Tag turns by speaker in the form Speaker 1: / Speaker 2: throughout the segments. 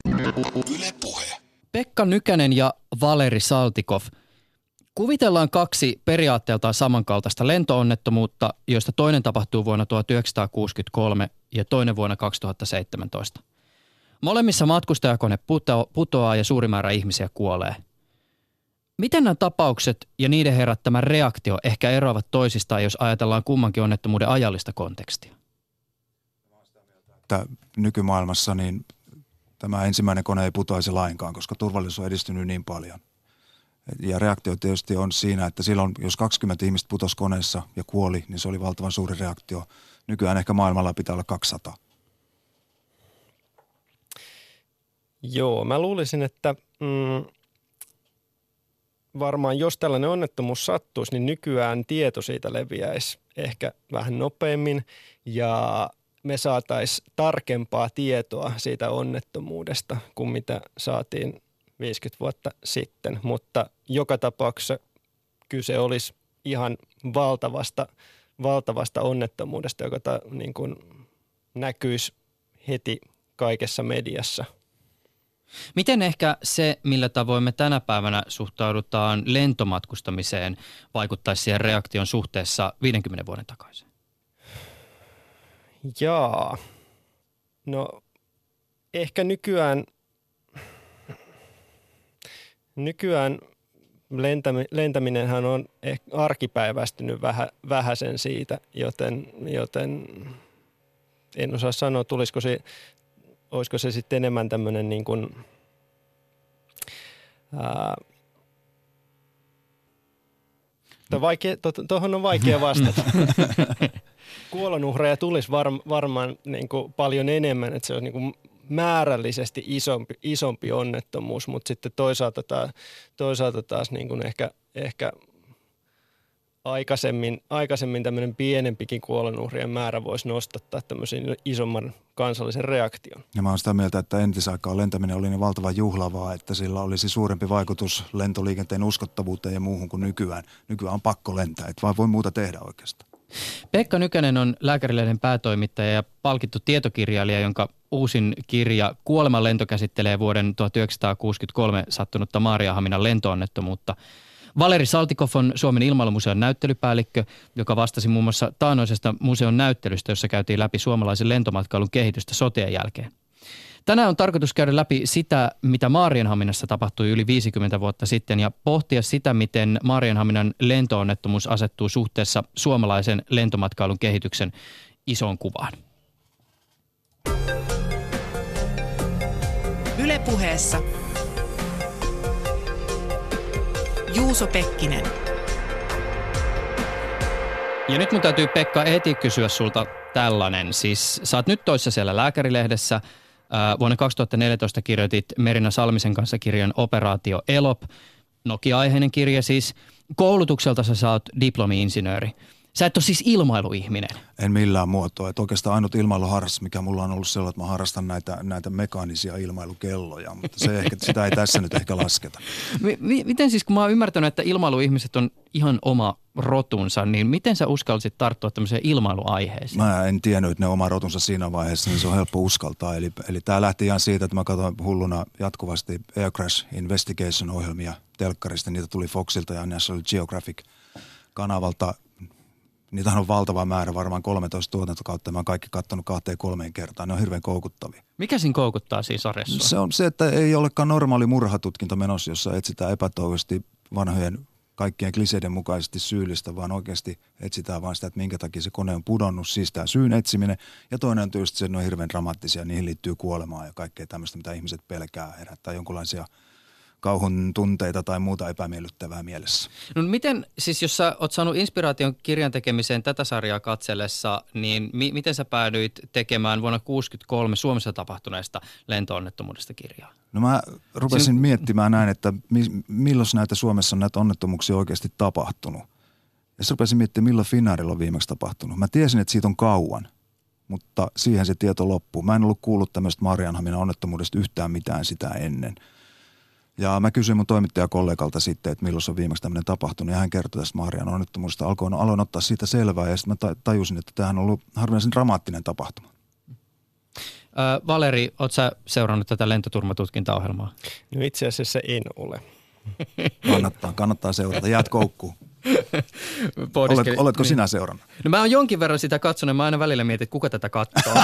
Speaker 1: Yle Puhe.
Speaker 2: Pekka Nykänen ja Valeri Saltykov. Kuvitellaan kaksi periaatteeltaan samankaltaista lentoonnettomuutta, joista toinen tapahtuu vuonna 1963 ja toinen vuonna 2017. Molemmissa matkustajakone putoaa ja suuri määrä ihmisiä kuolee. Miten nämä tapaukset ja niiden herättämä reaktio ehkä eroavat toisistaan, jos ajatellaan kummankin onnettomuuden ajallista kontekstia?
Speaker 3: Nykymaailmassa niin tämä ensimmäinen kone ei putoaisi lainkaan, koska turvallisuus on edistynyt niin paljon. Ja reaktio tietysti on siinä, että silloin, jos 20 ihmistä putosi koneessa ja kuoli, niin se oli valtavan suuri reaktio. Nykyään ehkä maailmalla pitää olla 200.
Speaker 4: Joo, mä luulisin, että varmaan jos tällainen onnettomuus sattuisi, niin nykyään tieto siitä leviäisi ehkä vähän nopeammin ja me saataisiin tarkempaa tietoa siitä onnettomuudesta kuin mitä saatiin 50 vuotta sitten, mutta joka tapauksessa kyse olisi ihan valtavasta onnettomuudesta, joka niin kuin näkyisi heti kaikessa mediassa.
Speaker 2: Miten ehkä se, millä tavoin me tänä päivänä suhtaudutaan lentomatkustamiseen, vaikuttaisi siihen reaktion suhteessa 50 vuoden takaisin?
Speaker 4: Jaa, no ehkä nykyään lentäminenhän on arkipäiväistynyt vähäsen siitä, joten en osaa sanoa, olisiko se sitten enemmän tämmöinen niin kuin, tuohon on vaikea vastata. Kuolonuhreja tulisi varmaan niin kuin paljon enemmän, että se on niin kuin määrällisesti isompi onnettomuus, mutta sitten toisaalta taas niin kuin ehkä aikaisemmin tämmöinen pienempikin kuolonuhrien määrä voisi nostattaa tämmöisen isomman kansallisen reaktion.
Speaker 3: Ja mä oon sitä mieltä, että entisaikaan lentäminen oli niin valtavan juhlavaa, että sillä olisi suurempi vaikutus lentoliikenteen uskottavuuteen ja muuhun kuin nykyään. Nykyään on pakko lentää, et vaan voi muuta tehdä oikeastaan.
Speaker 2: Pekka Nykänen on Lääkärilehden päätoimittaja ja palkittu tietokirjailija, jonka uusin kirja Kuoleman lento käsittelee vuoden 1963 sattunutta Maarianhaminan lentoonnettomuutta. Valeri Saltykov on Suomen ilmailumuseon näyttelypäällikkö, joka vastasi muun muassa taannoisesta museon näyttelystä, jossa käytiin läpi suomalaisen lentomatkailun kehitystä sotien jälkeen. Tänään on tarkoitus käydä läpi sitä, mitä Maarianhaminassa tapahtui yli 50 vuotta sitten ja pohtia sitä, miten Maarianhaminan lentoonnettomuus asettuu suhteessa suomalaisen lentomatkailun kehityksen isoon kuvaan.
Speaker 5: Yle Puheessa Juuso Pekkinen.
Speaker 2: Ja nyt mun täytyy, Pekka, heti kysyä sulta tällainen. Siis sä oot nyt toissa siellä Lääkärilehdessä. Vuonna 2014 kirjoitit Merina Salmisen kanssa kirjan Operaatio Elop. Nokia-aiheinen kirja siis. Koulutukselta sä oot diplomi-insinööri. Sä et ole siis ilmailuihminen. En
Speaker 3: millään muotoa. Että oikeastaan ainut ilmailuharrastus, mikä mulla on ollut sellainen, että mä harrastan näitä mekaanisia ilmailukelloja, mutta sitä ei tässä nyt ehkä lasketa.
Speaker 2: Miten siis, kun mä oon ymmärtänyt, että ilmailuihmiset on ihan oma rotunsa, niin miten sä uskallisit tarttua tämmöiseen ilmailuaiheeseen?
Speaker 3: Mä en tiennyt, että ne oma rotunsa siinä vaiheessa, niin se on helppo uskaltaa. Eli tää lähti ihan siitä, että mä katsoin hulluna jatkuvasti Air Crash Investigation-ohjelmia telkkarista. Niitä tuli Foxilta ja National Geographic-kanavalta. Niitähän on valtava määrä, varmaan 13 tuotantokautta. Mä oon kaikki katsonut 2-3 kertaa. Ne on hirveän koukuttavia.
Speaker 2: Mikä siinä koukuttaa siis sarjassa?
Speaker 3: Se on se, että ei olekaan normaali murhatutkinto menossa, jossa etsitään epätoivoisesti vanhojen kaikkien kliseiden mukaisesti syyllistä, vaan oikeasti etsitään vain sitä, että minkä takia se kone on pudonnut, siis tämä syyn etsiminen. Ja toinen on tietysti se, että ne on hirveän dramaattisia, niihin liittyy kuolemaa ja kaikkea tämmöistä, mitä ihmiset pelkää, herättää jonkinlaisia kauhun tunteita tai muuta epämiellyttävää mielessä.
Speaker 2: No miten, siis jos sä oot saanut inspiraation kirjan tekemiseen tätä sarjaa katsellessa, niin miten sä päädyit tekemään vuonna 1963 Suomessa tapahtuneesta lentoonnettomuudesta kirjaa?
Speaker 3: No mä rupesin miettimään näin, että milloin näitä Suomessa on näitä onnettomuuksia oikeasti tapahtunut. Ja sitten rupesin miettimään, milloin Finnairilla on viimeksi tapahtunut. Mä tiesin, että siitä on kauan, mutta siihen se tieto loppuu. Mä en ollut kuullut tämmöistä Maarianhaminan onnettomuudesta yhtään mitään sitä ennen. Ja mä kysyin mun toimittajakollegalta sitten, että milloin se on viimeksi tämmöinen tapahtunut. Ja hän kertoi tästä Maarianhaminan onnettomuudesta. Aloin ottaa siitä selvää ja sitten mä tajusin, että tämähän on ollut harvinaisen dramaattinen tapahtuma.
Speaker 2: Valeri, ootko sä seurannut tätä lentoturmatutkintaohjelmaa?
Speaker 4: No itse asiassa en ole.
Speaker 3: Kannattaa seurata. Jäät koukkuun. Oletko sinä seurannut?
Speaker 2: No mä oon jonkin verran sitä katsonut. Mä aina välillä mietin, että kuka tätä katsoo.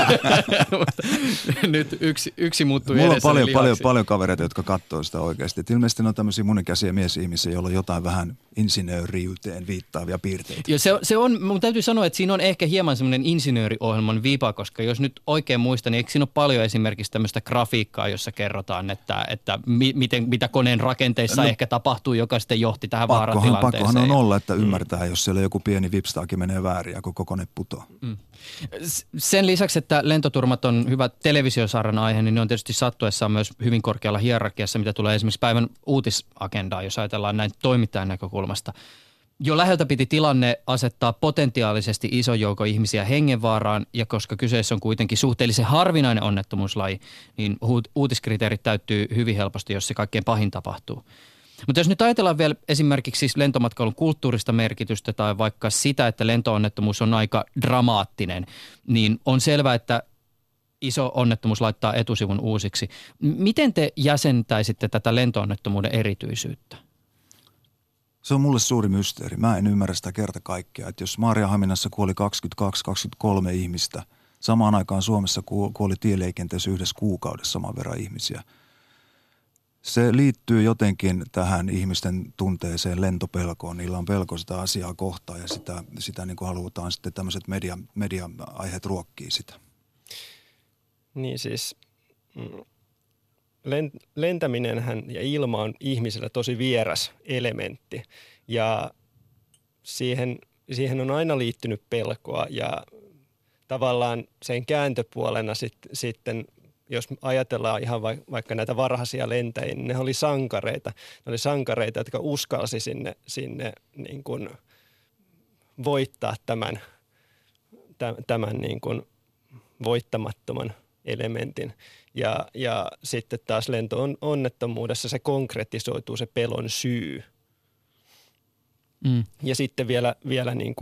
Speaker 2: Nyt yksi muuttui edessä.
Speaker 3: Mulla on paljon kavereita, jotka katsoo sitä oikeasti. Et ilmeisesti ne on tämmöisiä monikäisiä miesihmisiä, joilla on jotain vähän insinööriyteen viittaavia piirteitä.
Speaker 2: Ja se on, mun täytyy sanoa, että siinä on ehkä hieman semmoinen insinööriohjelman vipa, koska jos nyt oikein muistan, niin eikö siinä ole paljon esimerkiksi tämmöistä grafiikkaa, jossa kerrotaan, että mitä koneen rakenteissa ehkä tapahtuu, joka sitten johti tähän vaaratilanteeseen.
Speaker 3: Pakkohan on olla, että ymmärtää, jos siellä joku pieni vipstaakin menee väärin ja koko kone putoaa.
Speaker 2: Sen lisäksi, että lentoturmat on hyvä televisiosarjan aihe, niin ne on tietysti sattuessaan myös hyvin korkealla hierarkiassa, mitä tulee esimerkiksi päivän uutisagendaan, jos ajatellaan näin toimittajan näkökulmasta. Jo läheltä piti tilanne asettaa potentiaalisesti iso joukko ihmisiä hengenvaaraan, ja koska kyseessä on kuitenkin suhteellisen harvinainen onnettomuuslaji, niin uutiskriteerit täyttyy hyvin helposti, jos se kaikkein pahin tapahtuu. Mutta jos nyt ajatellaan vielä esimerkiksi siis lentomatkailun kulttuurista merkitystä tai vaikka sitä, että lentoonnettomuus on aika dramaattinen, niin on selvää, että iso onnettomuus laittaa etusivun uusiksi. Miten te jäsentäisitte tätä lentoonnettomuuden erityisyyttä?
Speaker 3: Se on mulle suuri mysteeri. Mä en ymmärrä sitä kerta kaikkea. Että jos Maarianhaminassa kuoli 22-23 ihmistä, samaan aikaan Suomessa kuoli tieliikenteessä yhdessä kuukaudessa saman verran ihmisiä. Se liittyy jotenkin tähän ihmisten tunteeseen lentopelkoon. Niillä on pelko sitä asiaa kohtaan ja sitä niin kuin halutaan sitten tämmöiset media-aiheet ruokkii sitä. Niin siis
Speaker 4: lentäminenhän ja ilma on ihmisellä tosi vieras elementti ja siihen on aina liittynyt pelkoa ja tavallaan sen kääntöpuolena sitten jos ajatellaan ihan vaikka näitä varhaisia lentäjiä, niin ne oli sankareita. Ne oli sankareita, jotka uskalsi sinne niin kuin voittaa tämän niin kuin voittamattoman elementin. Ja sitten taas lento-onnettomuudessa se konkretisoituu se pelon syy. Ja sitten vielä niin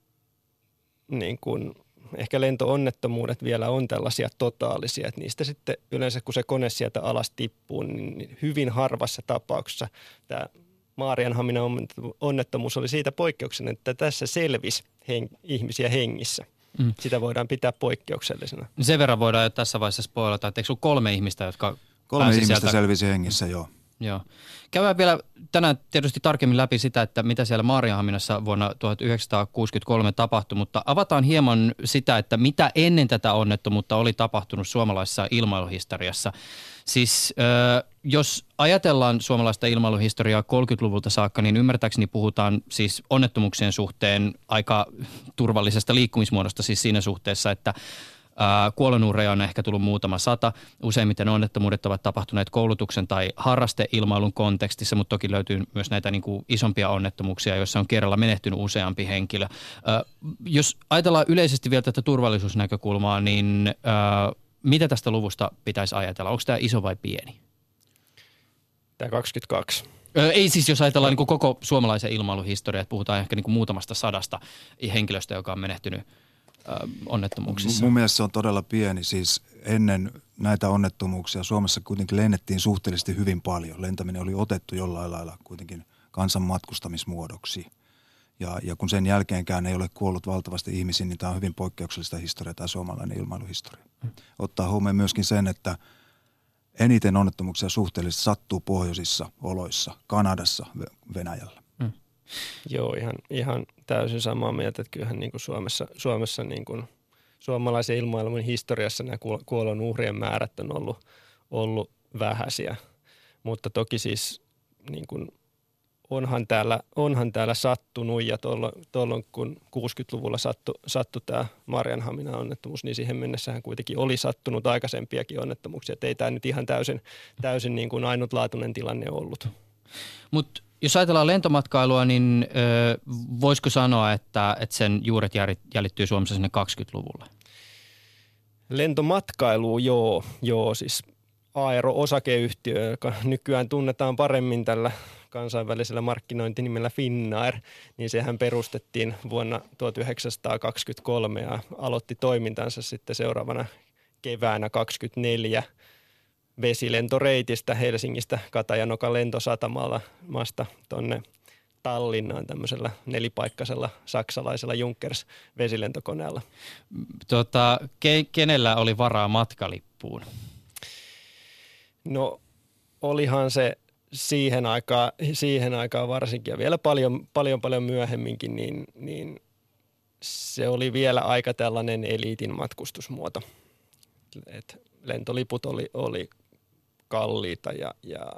Speaker 4: kuin ehkä lento-onnettomuudet vielä on tällaisia totaalisia, että niistä sitten yleensä kun se kone sieltä alas tippuu, niin hyvin harvassa tapauksessa tämä Maarianhaminan onnettomuus oli siitä poikkeuksena, että tässä selvisi ihmisiä hengissä. Sitä voidaan pitää poikkeuksellisena.
Speaker 2: Sen verran voidaan jo tässä vaiheessa spoilata, että eikö sinulla 3 ihmistä, jotka
Speaker 3: 3 ihmistä selvisi hengissä, joo.
Speaker 2: Joo. Käydään vielä tänään tietysti tarkemmin läpi sitä, että mitä siellä Maarianhaminassa vuonna 1963 tapahtui, mutta avataan hieman sitä, että mitä ennen tätä onnettomuutta oli tapahtunut suomalaisessa ilmailuhistoriassa. Siis jos ajatellaan suomalaista ilmailuhistoriaa 30-luvulta saakka, niin ymmärtääkseni puhutaan siis onnettomuuksien suhteen aika turvallisesta liikkumismuodosta siis siinä suhteessa, että kuolonuhreja on ehkä tullut muutama 100. Useimmiten onnettomuudet ovat tapahtuneet koulutuksen tai harrasteilmailun kontekstissa, mutta toki löytyy myös näitä niin kuin isompia onnettomuuksia, joissa on kerralla menehtynyt useampi henkilö. Jos ajatellaan yleisesti vielä tätä turvallisuusnäkökulmaa, niin mitä tästä luvusta pitäisi ajatella? Onko tämä iso vai pieni?
Speaker 4: Tämä 22.
Speaker 2: Ei siis, jos ajatellaan niin kuin koko suomalaisen ilmailuhistoriaa, että puhutaan ehkä niin kuin muutamasta 100 henkilöstä, joka on menehtynyt onnettomuuksissa.
Speaker 3: Mun mielestä se on todella pieni. Siis ennen näitä onnettomuuksia Suomessa kuitenkin lennettiin suhteellisesti hyvin paljon. Lentäminen oli otettu jollain lailla kuitenkin kansan matkustamismuodoksi. Ja kun sen jälkeenkään ei ole kuollut valtavasti ihmisiä, niin tämä on hyvin poikkeuksellista historiaa, tämä suomalainen ilmailuhistoria. Ottaa huomioon myöskin sen, että eniten onnettomuuksia suhteellisesti sattuu pohjoisissa oloissa, Kanadassa, Venäjällä.
Speaker 4: Joo, ihan täysin samaa mieltä, että kyllähän niin kuin Suomessa niin kuin suomalaisen ilmailun historiassa nämä kuolonuhrien määrät on ollut vähäisiä, mutta toki siis niin kuin onhan täällä sattunut ja tuolloin kun 60-luvulla sattui tämä Maarianhaminan onnettomuus, niin siihen mennessähän kuitenkin oli sattunut aikaisempiakin onnettomuuksia, että ei tämä nyt ihan täysin niin kuin ainutlaatuinen tilanne ollut.
Speaker 2: Mutta jos ajatellaan lentomatkailua, niin voisiko sanoa, että sen juuret jäljittyy Suomessa sinne 20-luvulle?
Speaker 4: Lentomatkailu, joo, siis Aero-osakeyhtiö, joka nykyään tunnetaan paremmin tällä kansainvälisellä markkinointinimellä Finnair, niin sehän perustettiin vuonna 1923 ja aloitti toimintansa sitten seuraavana keväänä 2024 vesilentoreitistä Helsingistä Katajanokan lentosatamalla tuonne Tallinnaan tämmöisellä nelipaikkaisella saksalaisella Junkers vesilentokoneella.
Speaker 2: Kenellä oli varaa matkalippuun?
Speaker 4: No olihan se siihen aikaan varsinkin ja vielä paljon myöhemminkin, niin se oli vielä aika tällainen eliitin matkustusmuoto. Et lentoliput oli kalliita ja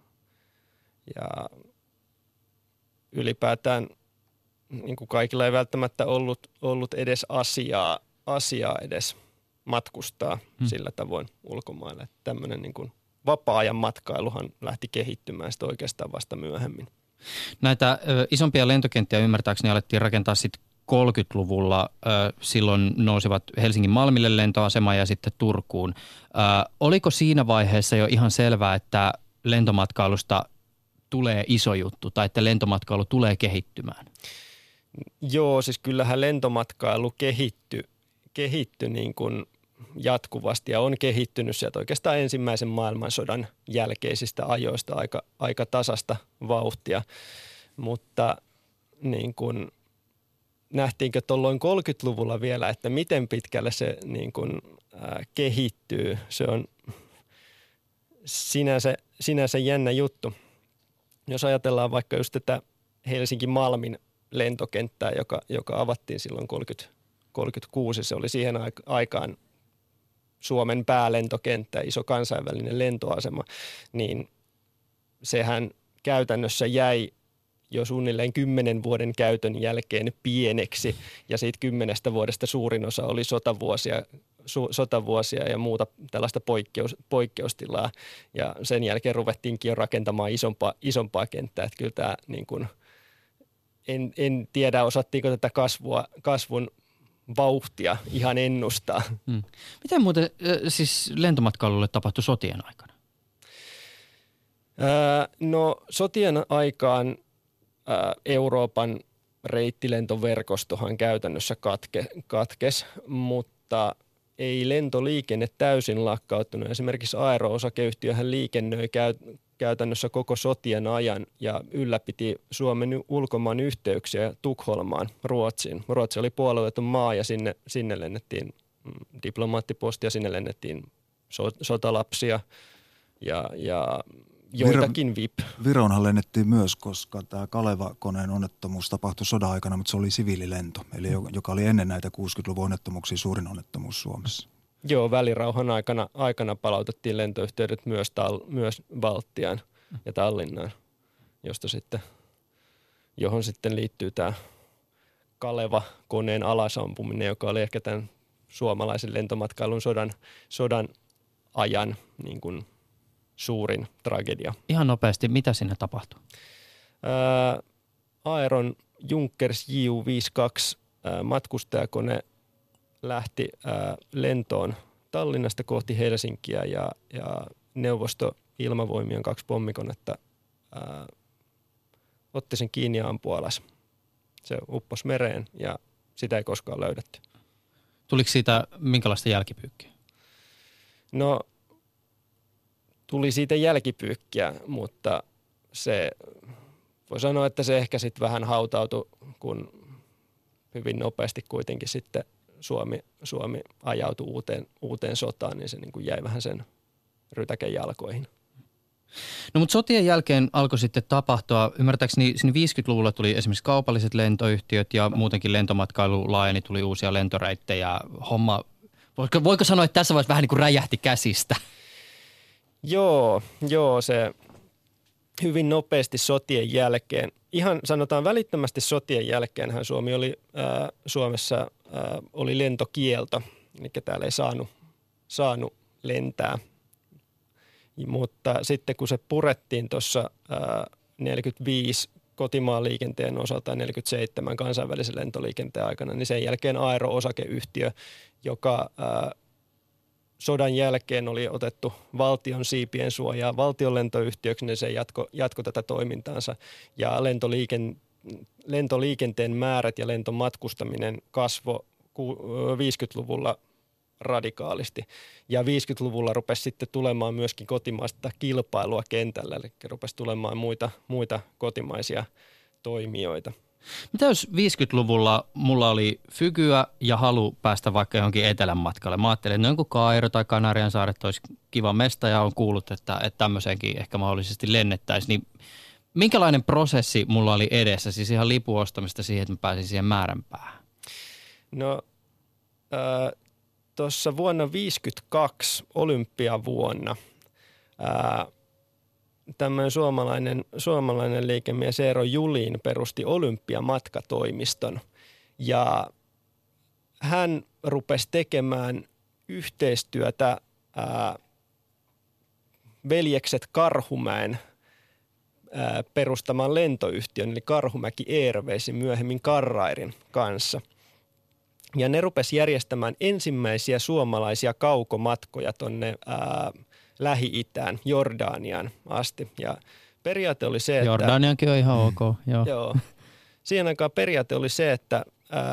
Speaker 4: ylipäätään niin kuin kaikilla ei välttämättä ollut edes asiaa edes matkustaa sillä tavoin ulkomaille. Tämmöinen niin kuin vapaa-ajan matkailuhan lähti kehittymään sitten oikeastaan vasta myöhemmin.
Speaker 2: Näitä isompia lentokenttiä ymmärtääkseni alettiin rakentaa sitten 30-luvulla. Silloin nousivat Helsingin Malmille lentoasema ja sitten Turkuun. Oliko siinä vaiheessa jo ihan selvää, että lentomatkailusta tulee iso juttu tai että lentomatkailu tulee kehittymään?
Speaker 4: Joo, siis kyllähän lentomatkailu kehittyi niin kuin jatkuvasti ja on kehittynyt sieltä oikeastaan ensimmäisen maailmansodan jälkeisistä ajoista aika tasasta vauhtia, mutta niin kuin nähtiinkö tuolloin 30-luvulla vielä, että miten pitkälle se niin kuin, kehittyy. Se on sinänsä jännä juttu. Jos ajatellaan vaikka just tätä Helsinki-Malmin lentokenttää, joka avattiin silloin 1936, se oli siihen aikaan Suomen päälentokenttä, iso kansainvälinen lentoasema, niin sehän käytännössä jäi jo suunnilleen 10 vuoden käytön jälkeen pieneksi ja siitä 10 vuodesta suurin osa oli sotavuosia ja muuta tällaista poikkeustilaa ja sen jälkeen ruvettiinkin jo rakentamaan isompaa kenttää, että kyllä tämä niin kuin, en tiedä osattiinko tätä kasvun vauhtia ihan ennustaa.
Speaker 2: Miten muuten siis lentomatkailulle tapahtui sotien aikana?
Speaker 4: No sotien aikaan Euroopan reittilentoverkostohan käytännössä katkesi, mutta ei lentoliikenne täysin lakkauttunut. Esimerkiksi Aero-osakeyhtiöhän liikennöi käytännössä koko sotien ajan ja ylläpiti Suomen ulkomaan yhteyksiä Tukholmaan, Ruotsiin. Ruotsi oli puolueeton maa ja sinne lennettiin diplomaattipostia, sinne lennettiin sotalapsia ja joitakin VIP.
Speaker 3: Viroonhan lennettiin myös, koska tämä Kaleva-koneen onnettomuus tapahtui sodan aikana, mutta se oli siviililento, eli joka oli ennen näitä 60-luvun onnettomuuksia suurin onnettomuus Suomessa.
Speaker 4: Joo, välirauhan aikana palautettiin lentoyhteydet myös Baltiaan ja Tallinnaan, johon sitten liittyy tämä Kaleva-koneen alasampuminen, joka oli ehkä tämän suomalaisen lentomatkailun sodan ajan niin kuin suurin tragedia.
Speaker 2: Ihan nopeasti, mitä siinä tapahtui?
Speaker 4: Aeron Junkers Ju-52 matkustajakone lähti lentoon Tallinnasta kohti Helsinkiä ja neuvosto-ilmavoimien 2 pommikonetta otti sen kiinni ja ampui alas. Se upposi mereen ja sitä ei koskaan löydetty.
Speaker 2: Tuliko siitä minkälaista jälkipyykkiä?
Speaker 4: No tuli siitä jälkipyykkiä, mutta se voi sanoa, että se ehkä sitten vähän hautautui, kun hyvin nopeasti kuitenkin sitten Suomi ajautui uuteen sotaan, niin se niin kuin jäi vähän sen rytäken jalkoihin.
Speaker 2: No mutta sotien jälkeen alkoi sitten tapahtua, ymmärtääkseni sinne 50-luvulla tuli esimerkiksi kaupalliset lentoyhtiöt ja muutenkin lentomatkailu laajeni, tuli uusia lentoreittejä. Homma, voiko sanoa, että tässä vaiheessa vähän niin kuin räjähti käsistä? Joo, se hyvin nopeasti sotien jälkeen, ihan sanotaan välittömästi sotien jälkeenhän Suomessa oli lentokielto, eli täällä ei saanut lentää. Mutta sitten kun se purettiin tuossa 45 kotimaan liikenteen osalta ja 47 kansainvälisen lentoliikenteen aikana, niin sen jälkeen Aero-osakeyhtiö, joka sodan jälkeen oli otettu valtion siipien suojaa valtion lentoyhtiöksi, niin se jatko tätä toimintaansa ja lentoliikenteen määrät ja lentomatkustaminen kasvoi 50-luvulla
Speaker 4: radikaalisti. Ja 50-luvulla rupesi sitten tulemaan myöskin kotimaista kilpailua kentällä, eli rupesi tulemaan muita kotimaisia toimijoita.
Speaker 2: Mitä jos 50-luvulla mulla oli fykyä ja halu päästä vaikka johonkin etelän matkalle? Mä ajattelin, että jonkun Kairo tai Kanarian saaret olisi kiva mesta ja on kuullut, että tämmöiseenkin ehkä mahdollisesti lennettäisiin. Niin minkälainen prosessi mulla oli edessä, siis ihan lipun ostamista siihen, että mä pääsin siihen määränpäähän?
Speaker 4: No tuossa vuonna 1952 olympiavuonna tämmöinen suomalainen liikemies Eero Julin perusti Olympiamatkatoimiston ja hän rupesi tekemään yhteistyötä veljekset Karhumäen perustaman lentoyhtiön eli Karhumäki Airwaysin myöhemmin Carrairin kanssa. Ja ne rupesi järjestämään ensimmäisiä suomalaisia kaukomatkoja tonne Lähi-Itään, Jordaniaan asti. Ja periaate oli se, että...
Speaker 2: Jordaniankin on ihan ok, joo.
Speaker 4: Joo. Siihen aikaan periaate oli se, että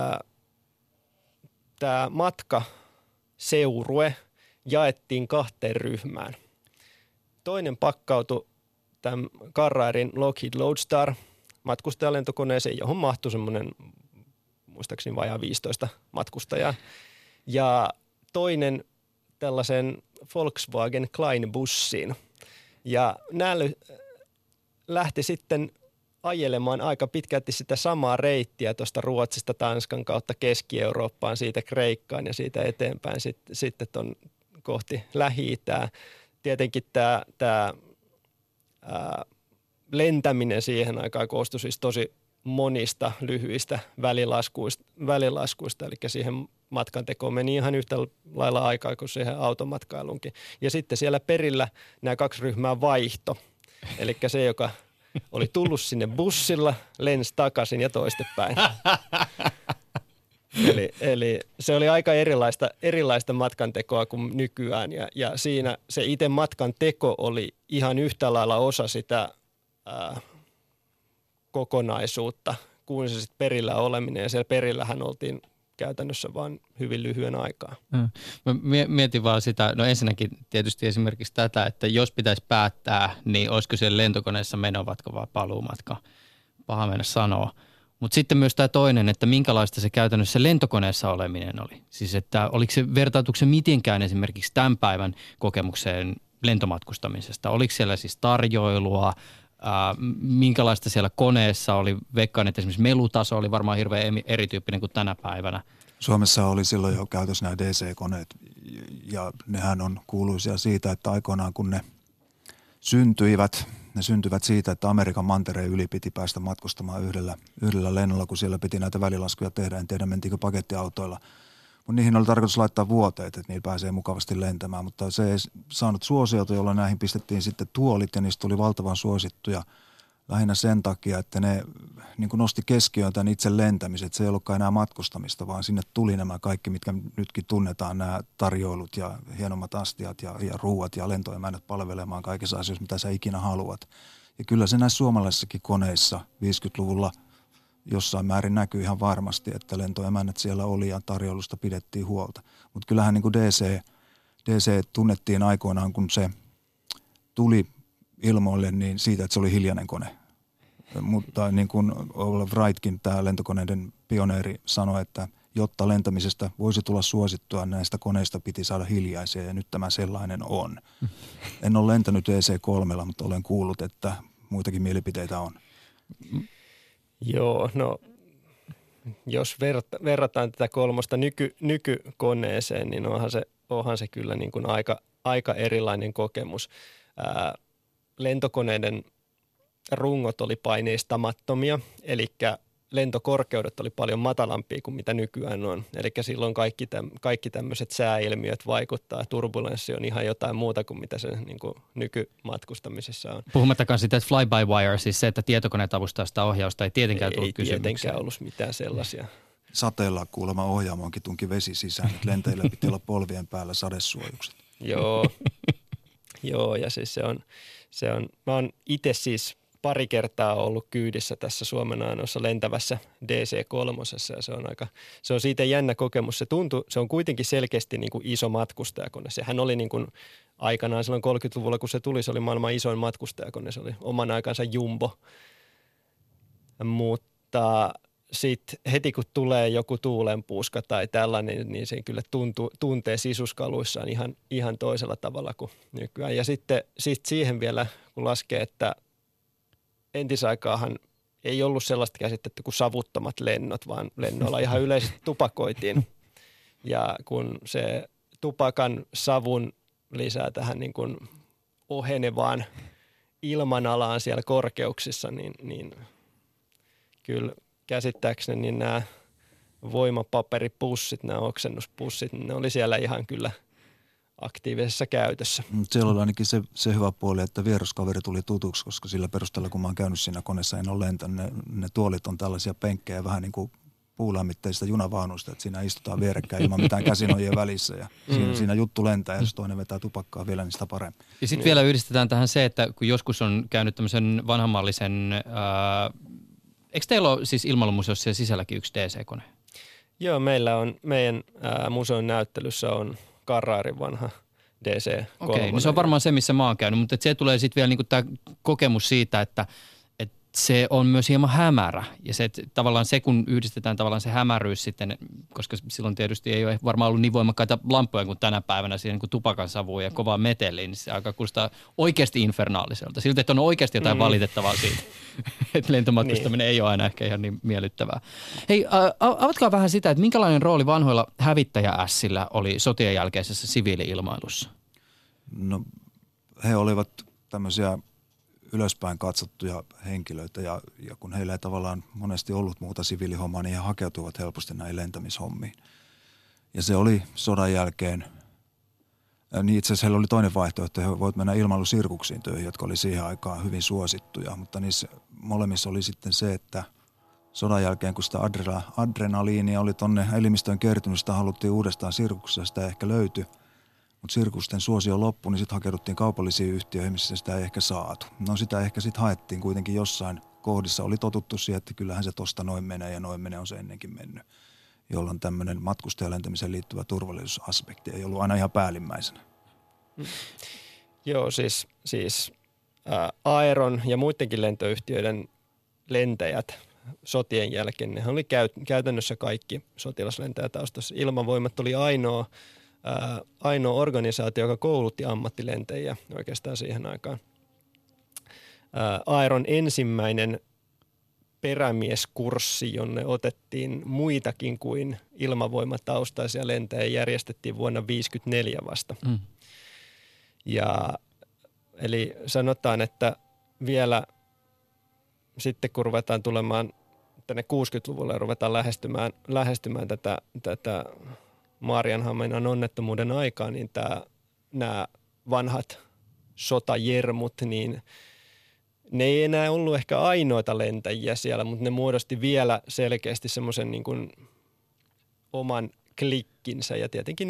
Speaker 4: tämä matkaseurue jaettiin 2 ryhmään. Toinen pakkautui tämän Carrairin Lockheed Lodestar matkustajalentokoneeseen, johon mahtui semmoinen muistaakseni vajaa 15 matkustajaa. Ja toinen tällaisen Volkswagen Klein-bussiin. Ja nämä lähti sitten ajelemaan aika pitkälti sitä samaa reittiä tuosta Ruotsista Tanskan kautta Keski-Eurooppaan, siitä Kreikkaan ja siitä eteenpäin sitten ton kohti Lähi-Itää. Tietenkin tämä lentäminen siihen aikaan koostui siis tosi monista lyhyistä välilaskuista, eli siihen matkan tekoon meni ihan yhtä lailla aikaa kuin siihen automatkailunkin. Ja sitten siellä perillä nämä 2 ryhmää vaihto, eli se, joka oli tullut sinne bussilla, lensi takaisin ja toistepäin. Eli se oli aika erilaista matkantekoa kuin nykyään ja siinä se itse matkan teko oli ihan yhtä lailla osa sitä kokonaisuutta kuin se sitten perillä oleminen ja siellä perillähän oltiin käytännössä vaan hyvin lyhyen aikaa.
Speaker 2: Mä mietin vaan sitä, no ensinnäkin tietysti esimerkiksi tätä, että jos pitäisi päättää, niin olisiko siellä lentokoneessa menomatka vai paluumatka, paha mennä sanoa. Mutta sitten myös tämä toinen, että minkälaista se käytännössä lentokoneessa oleminen oli. Siis että oliko se, vertautuiko se mitenkään esimerkiksi tämän päivän kokemukseen lentomatkustamisesta? Oliko siellä siis tarjoilua? Minkälaista siellä koneessa oli? Veikkaan, että esimerkiksi melutaso oli varmaan hirveän erityyppinen kuin tänä päivänä.
Speaker 3: Suomessa oli silloin jo käytössä nämä DC-koneet ja nehän on kuuluisia siitä, että aikoinaan kun ne syntyivät siitä, että Amerikan mantereen yli piti päästä matkustamaan yhdellä lennolla, kun siellä piti näitä välilaskuja tehdä. En tiedä, mentiinkö pakettiautoilla. Mutta niihin oli tarkoitus laittaa vuoteet, että niillä pääsee mukavasti lentämään. Mutta se ei saanut suosiota, jolloin näihin pistettiin sitten tuolit ja niistä tuli valtavan suosittuja lähinnä sen takia, että ne niin kuin nosti keskiöön tämän itse lentämiset. Se ei ollutkaan enää matkustamista, vaan sinne tuli nämä kaikki, mitkä nytkin tunnetaan, nämä tarjoilut ja hienommat astiat ja ruuat ja lentoemännät palvelemaan kaikissa asioissa, mitä sä ikinä haluat. Ja kyllä se näissä suomalaisissakin koneissa 50-luvulla jossain määrin näkyy ihan varmasti, että lentoemännät siellä oli ja tarjoulusta pidettiin huolta. Mutta kyllähän niin kuin DC tunnettiin aikoinaan, kun se tuli ilmoille, niin siitä, että se oli hiljainen kone. Mutta niin kuin Olaf Wrightkin, tämä lentokoneiden pioneeri, sanoi, että jotta lentämisestä voisi tulla suosittua, näistä koneista piti saada hiljaisia ja nyt tämä sellainen on. En ole lentänyt DC-3, mutta olen kuullut, että muitakin mielipiteitä on.
Speaker 4: Joo, no jos verrataan tätä 3 nykykoneeseen, niin onhan se kyllä niin kuin aika erilainen kokemus. Lentokoneiden rungot oli paineistamattomia, eli lentokorkeudet oli paljon matalampia kuin mitä nykyään on. Eli silloin kaikki tämmöiset sääilmiöt vaikuttaa. Turbulenssi on ihan jotain muuta kuin mitä se niin kuin nykymatkustamisessa on.
Speaker 2: Puhumattakaan sitä, että fly-by-wire, siis se, että tietokoneet avustaa sitä ohjausta, ei tietenkään tullut kysymykseen.
Speaker 4: Ei tietenkään ollut mitään sellaisia.
Speaker 3: Sateella kuulemma ohjaamoonkin tunki vesi sisään, että lentäjillä piti olla polvien päällä sadesuojukset.
Speaker 4: Joo, ja siis se on, mä oon itse siis pari kertaa ollut kyydissä tässä Suomen ainoassa lentävässä DC-3. Ja se on siitä jännä kokemus. Se on kuitenkin selkeästi niin kuin iso matkustajakone. Sehän oli niin kuin aikanaan silloin 30-luvulla, kun se tuli, se oli maailman isoin matkustajakone. Se oli oman aikansa jumbo. Mutta sitten heti kun tulee joku tuulenpuuska tai tällainen, niin se kyllä tuntee sisuskaluissaan ihan toisella tavalla kuin nykyään. Ja sitten siihen vielä, kun laskee, että entisaikaahan ei ollut sellaista käsitettä kuin savuttomat lennot, vaan lennoilla ihan yleisesti tupakoitiin. Ja kun se tupakan savun lisää tähän niin kuin ohenevaan ilmanalaan siellä korkeuksissa, niin kyllä käsittääkseni niin nämä voimapaperipussit, nämä oksennuspussit, ne oli siellä ihan kyllä aktiivisessa käytössä.
Speaker 3: Siellä oli ainakin se hyvä puoli, että vieraskaveri tuli tutuksi, koska sillä perusteella, kun mä oon käynyt siinä koneessa, en ole lentänyt. Ne tuolit on tällaisia penkkejä vähän niin kuin puulämmitteistä junavaunuista, että siinä istutaan vierekkäin ilman mitään käsinojien välissä ja siinä juttu lentää ja jos toinen vetää tupakkaa vielä, niin sitä paremmin.
Speaker 2: Ja sitten vielä yhdistetään tähän se, että kun joskus on käynyt tämmöisen vanhanmallisen, eikö teillä ole siis Ilmailumuseossa siellä sisälläkin yksi DC-kone?
Speaker 4: Joo, meidän museon näyttelyssä on Carrarin vanha DC-3.
Speaker 2: Okei, no se on varmaan se, missä mä oon käynyt, mutta se tulee sitten vielä niinku tämä kokemus siitä, että se on myös hieman hämärä. Ja se, että tavallaan se, kun yhdistetään tavallaan se hämäryys sitten, koska silloin tietysti ei ole varmaan ollut niin voimakkaita lampuja kuin tänä päivänä siihen niin kuin tupakan savuun ja kovaa meteliin, niin se alkaa kuulostaa oikeasti infernaaliselta. Siltä, että on oikeasti jotain valitettavaa siitä, että lentomatkustaminen ei ole aina ehkä ihan niin miellyttävää. Hei, avatkaa vähän sitä, että minkälainen rooli vanhoilla hävittäjä-ässillä oli sotien jälkeisessä siviili-ilmailussa?
Speaker 3: No, he olivat tämmöisiä ylöspäin katsottuja henkilöitä ja kun heillä ei tavallaan monesti ollut muuta siviilihommaa, niin he hakeutuivat helposti näihin lentämishommiin. Ja se oli sodan jälkeen, niin itse asiassa heillä oli toinen vaihtoehto, he voivat mennä ilmailusirkuksiin töihin, jotka oli siihen aikaan hyvin suosittuja, mutta niissä molemmissa oli sitten se, että sodan jälkeen, kun sitä adrenaliinia oli tonne elimistöön kertynyt, sitä haluttiin uudestaan sirkuksessa, sitä ehkä löytyi. Mutta sirkusten suosio loppui, niin sitten hakeuduttiin kaupallisiin yhtiöihin, missä sitä ei ehkä saatu. No sitä ehkä sitten haettiin kuitenkin jossain kohdissa. Oli totuttu siihen, että kyllähän se tosta noin menee ja noin menee on se ennenkin mennyt. Jolloin tämmöinen matkustajalentämiseen liittyvä turvallisuusaspekti ei ollut aina ihan päällimmäisenä.
Speaker 4: Joo, siis Aeron ja muidenkin lentoyhtiöiden lentäjät sotien jälkeen, ne oli käytännössä kaikki sotilaslentäjätaustassa. Ilmavoimat oli ainoa organisaatio, joka koulutti ammattilentäjiä oikeastaan siihen aikaan. Aeron ensimmäinen perämieskurssi, jonne otettiin muitakin kuin ilmavoimataustaisia lentäjiä, järjestettiin vuonna 1954 vasta. Ja eli sanotaan, että vielä sitten kun ruvetaan tulemaan tänne 60-luvulle ja ruvetaan lähestymään tätä Maarianhaminan onnettomuuden aikaa, niin nämä vanhat sotajermut, niin ne ei enää ollut ehkä ainoita lentäjiä siellä, mutta ne muodosti vielä selkeästi semmoisen niin kuin oman klikkinsä ja tietenkin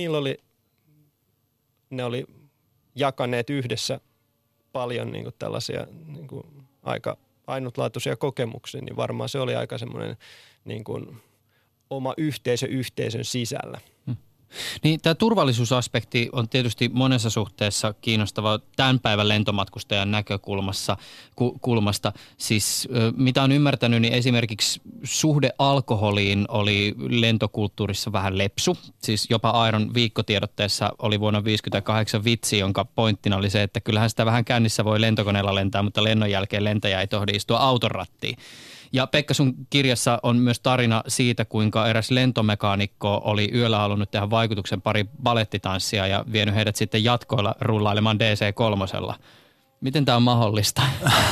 Speaker 4: ne oli jakaneet yhdessä paljon niin kuin tällaisia niin kuin aika ainutlaatuisia kokemuksia, niin varmaan se oli aika semmoinen niin kuin oma yhteisön sisällä.
Speaker 2: Niin tämä turvallisuusaspekti on tietysti monessa suhteessa kiinnostava tämän päivän lentomatkustajan näkökulmasta. Siis mitä on ymmärtänyt, niin esimerkiksi suhde alkoholiin oli lentokulttuurissa vähän lepsu. Siis jopa Aeron viikkotiedotteessa oli vuonna 1958 vitsi, jonka pointtina oli se, että kyllähän sitä vähän kännissä voi lentokoneella lentää, mutta lennon jälkeen lentäjä ei tohdi istua auton rattiin. Ja Pekka, sun kirjassa on myös tarina siitä, kuinka eräs lentomekaanikko oli yöllä halunnut tehdä vaikutuksen pari balettitanssia ja vienyt heidät sitten jatkoilla rullailemaan DC-3. Miten tämä on mahdollista?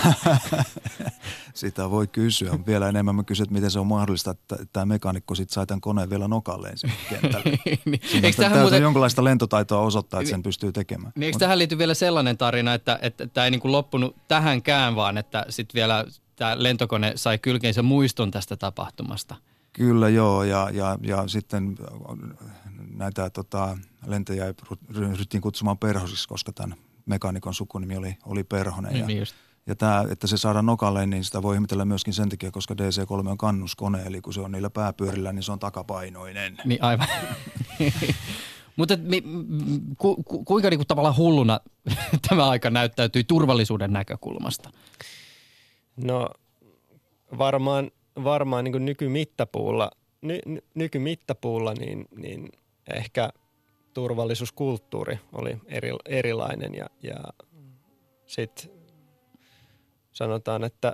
Speaker 3: Sitä voi kysyä. Vielä enemmän mä kysyn, että miten se on mahdollista, että tämä mekaanikko sitten sai tämän koneen vielä nokalleen sinne kentälle. Täytyy jonkinlaista lentotaitoa osoittaa, että sen pystyy tekemään.
Speaker 2: Niin eikö tähän liity vielä sellainen tarina, että tämä ei niin kuin loppunut tähänkään, vaan että sitten vielä tämä lentokone sai kylkeensä muiston tästä tapahtumasta?
Speaker 3: Kyllä joo, ja sitten näitä lentäjiä ryhdyttiin kutsumaan perhosiksi, koska tämän mekaanikon sukunimi oli Perhonen. Ja tämä, että se saadaan nokalle, niin sitä voi ihmetellä myöskin sen takia, koska DC-3 on kannuskone, eli kun se on niillä pääpyörillä, niin se on takapainoinen.
Speaker 2: Niin aivan. Mutta kuinka niinku tavallaan hulluna tämä aika näyttäytyi turvallisuuden näkökulmasta?
Speaker 4: No varmaan niin kuin nykymittapuulla niin ehkä turvallisuuskulttuuri oli erilainen ja sitten sanotaan, että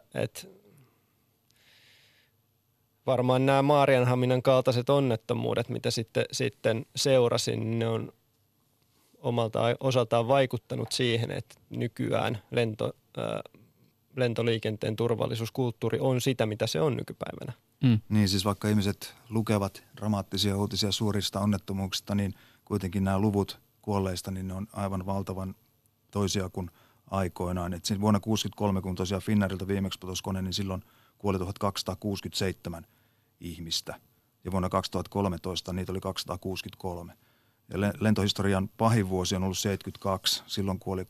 Speaker 4: varmaan nämä Maarianhaminan kaltaiset onnettomuudet, mitä sitten seurasin, ne on omalta osaltaan vaikuttanut siihen, että nykyään lentoliikenteen turvallisuuskulttuuri on sitä, mitä se on nykypäivänä.
Speaker 3: Niin siis vaikka ihmiset lukevat dramaattisia uutisia suurista onnettomuuksista, niin kuitenkin nämä luvut kuolleista, niin ne on aivan valtavan toisia kuin aikoinaan. Et siinä vuonna 1963, kun tosiaan Finnairilta viimeksi putosi kone, niin silloin kuoli 1267 ihmistä. Ja vuonna 2013 niitä oli 263. Ja lentohistorian pahin vuosi on ollut 72. Silloin kuoli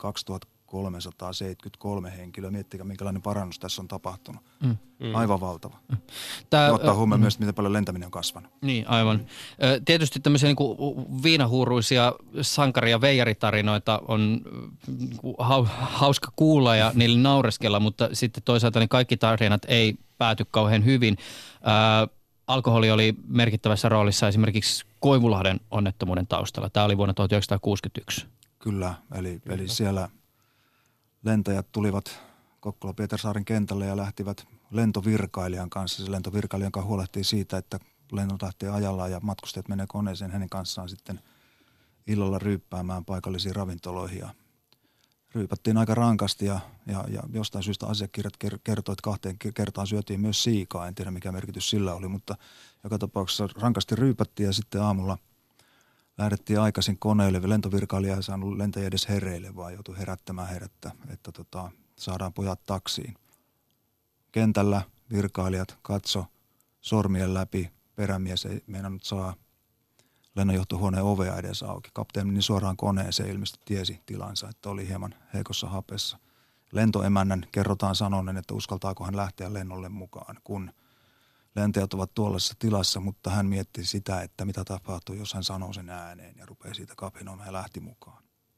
Speaker 3: 2373 henkilöä. Miettikää, minkälainen parannus tässä on tapahtunut. Aivan valtava. Ja ottaa huomioon myös, miten paljon lentäminen on kasvanut.
Speaker 2: Niin, aivan. Tietysti tämmöisiä niin kuin viinahuuruisia sankari- ja veijaritarinoita on hauska kuulla ja niille naureskella, mutta sitten toisaalta niin kaikki tarinat ei pääty kauhean hyvin. Alkoholi oli merkittävässä roolissa esimerkiksi Koivulahden onnettomuuden taustalla. Tämä oli vuonna 1961.
Speaker 3: Kyllä, eli siellä lentäjät tulivat Kokkola-Pietarsaaren kentälle ja lähtivät lentovirkailijan kanssa. Se lentovirkailijan kanssa huolehtii siitä, että lennot lähtee ajallaan ja matkustajat menee koneeseen hänen kanssaan sitten illalla ryyppäämään paikallisiin ravintoloihin. Ja ryypättiin aika rankasti ja jostain syystä asiakirjat kertoi, että 2 kertaan syötiin myös siikaa. En tiedä mikä merkitys sillä oli, mutta joka tapauksessa rankasti ryypättiin ja sitten aamulla lähdettiin aikaisin koneelle. Lentovirkailija ei saanut lentäjä edes hereille, vaan joutui herättämään herättä, että saadaan pojat taksiin. Kentällä virkailijat katso sormien läpi. Perämies ei meinannut saa lennonjohtohuoneen ovea edes auki. Kapteeni meni suoraan koneeseen, ilmeisesti tiesi tilansa, että oli hieman heikossa hapessa. Lentoemännän kerrotaan sanoneen, että uskaltaako hän lähteä lennolle mukaan, kun lentäjät ovat tuollaisessa tilassa, mutta hän mietti sitä, että mitä tapahtuu, jos hän sanoo sen ääneen ja rupeaa siitä kapinoimaan ja lähti mukaan.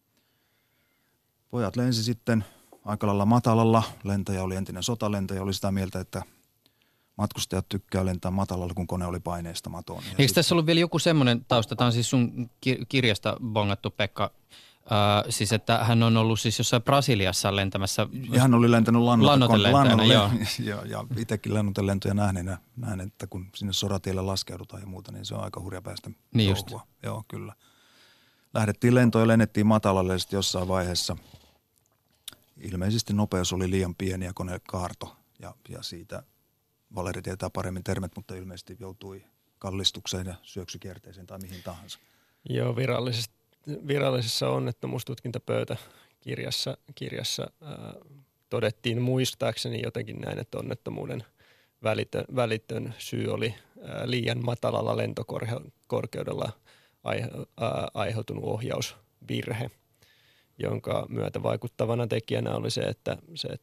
Speaker 3: Pojat lensi sitten aika lailla matalalla. Lentäjä oli entinen sotalentäjä, oli sitä mieltä, että matkustajat tykkää lentää matalalla, kun kone oli paineistamaton.
Speaker 2: Eikö tässä ollut vielä joku semmoinen tausta? Tämä on siis sun kirjasta bongattu, Pekka. Siis että hän on ollut siis jossain Brasiliassa lentämässä.
Speaker 3: Ja hän oli lentänyt
Speaker 2: lannoitelentäjänä, joo.
Speaker 3: Ja itsekin lannoitelentoja nähden, että kun sinne soratielle laskeudutaan ja muuta, niin se on aika hurja päästä
Speaker 2: niin just.
Speaker 3: Joo, kyllä. Lähdettiin lentoon ja lennettiin matalalle sitten jossain vaiheessa. Ilmeisesti nopeus oli liian pieni ja kone kaarto ja siitä Valeri tietää paremmin termet, mutta ilmeisesti joutui kallistukseen ja syöksykierteeseen tai mihin tahansa.
Speaker 4: Joo, virallisessa onnettomuustutkintapöytäkirjassa todettiin muistaakseni jotenkin näin, että onnettomuuden välitön syy oli liian matalalla lentokorkeudella aiheutunut ohjausvirhe, jonka myötä vaikuttavana tekijänä oli se, että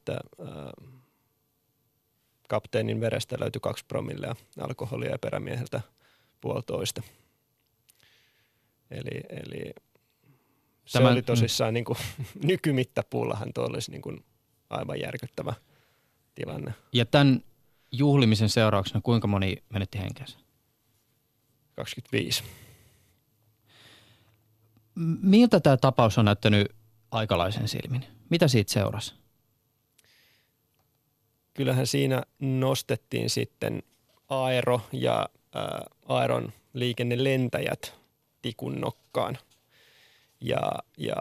Speaker 4: kapteenin verestä löytyi 2 promillea alkoholia ja perämieheltä 1,5. Eli se oli tosissaan niin kuin, nykymittapuullahan tuo olisi niin kuin aivan järkyttävä tilanne.
Speaker 2: Ja tämän juhlimisen seurauksena kuinka moni menetti henkensä?
Speaker 4: 25.
Speaker 2: Miltä tämä tapaus on näyttänyt aikalaisen silmin? Mitä siitä seurasi?
Speaker 4: Kyllähän siinä nostettiin sitten Aero ja Aeron liikennelentäjät tikun nokkaan. Ja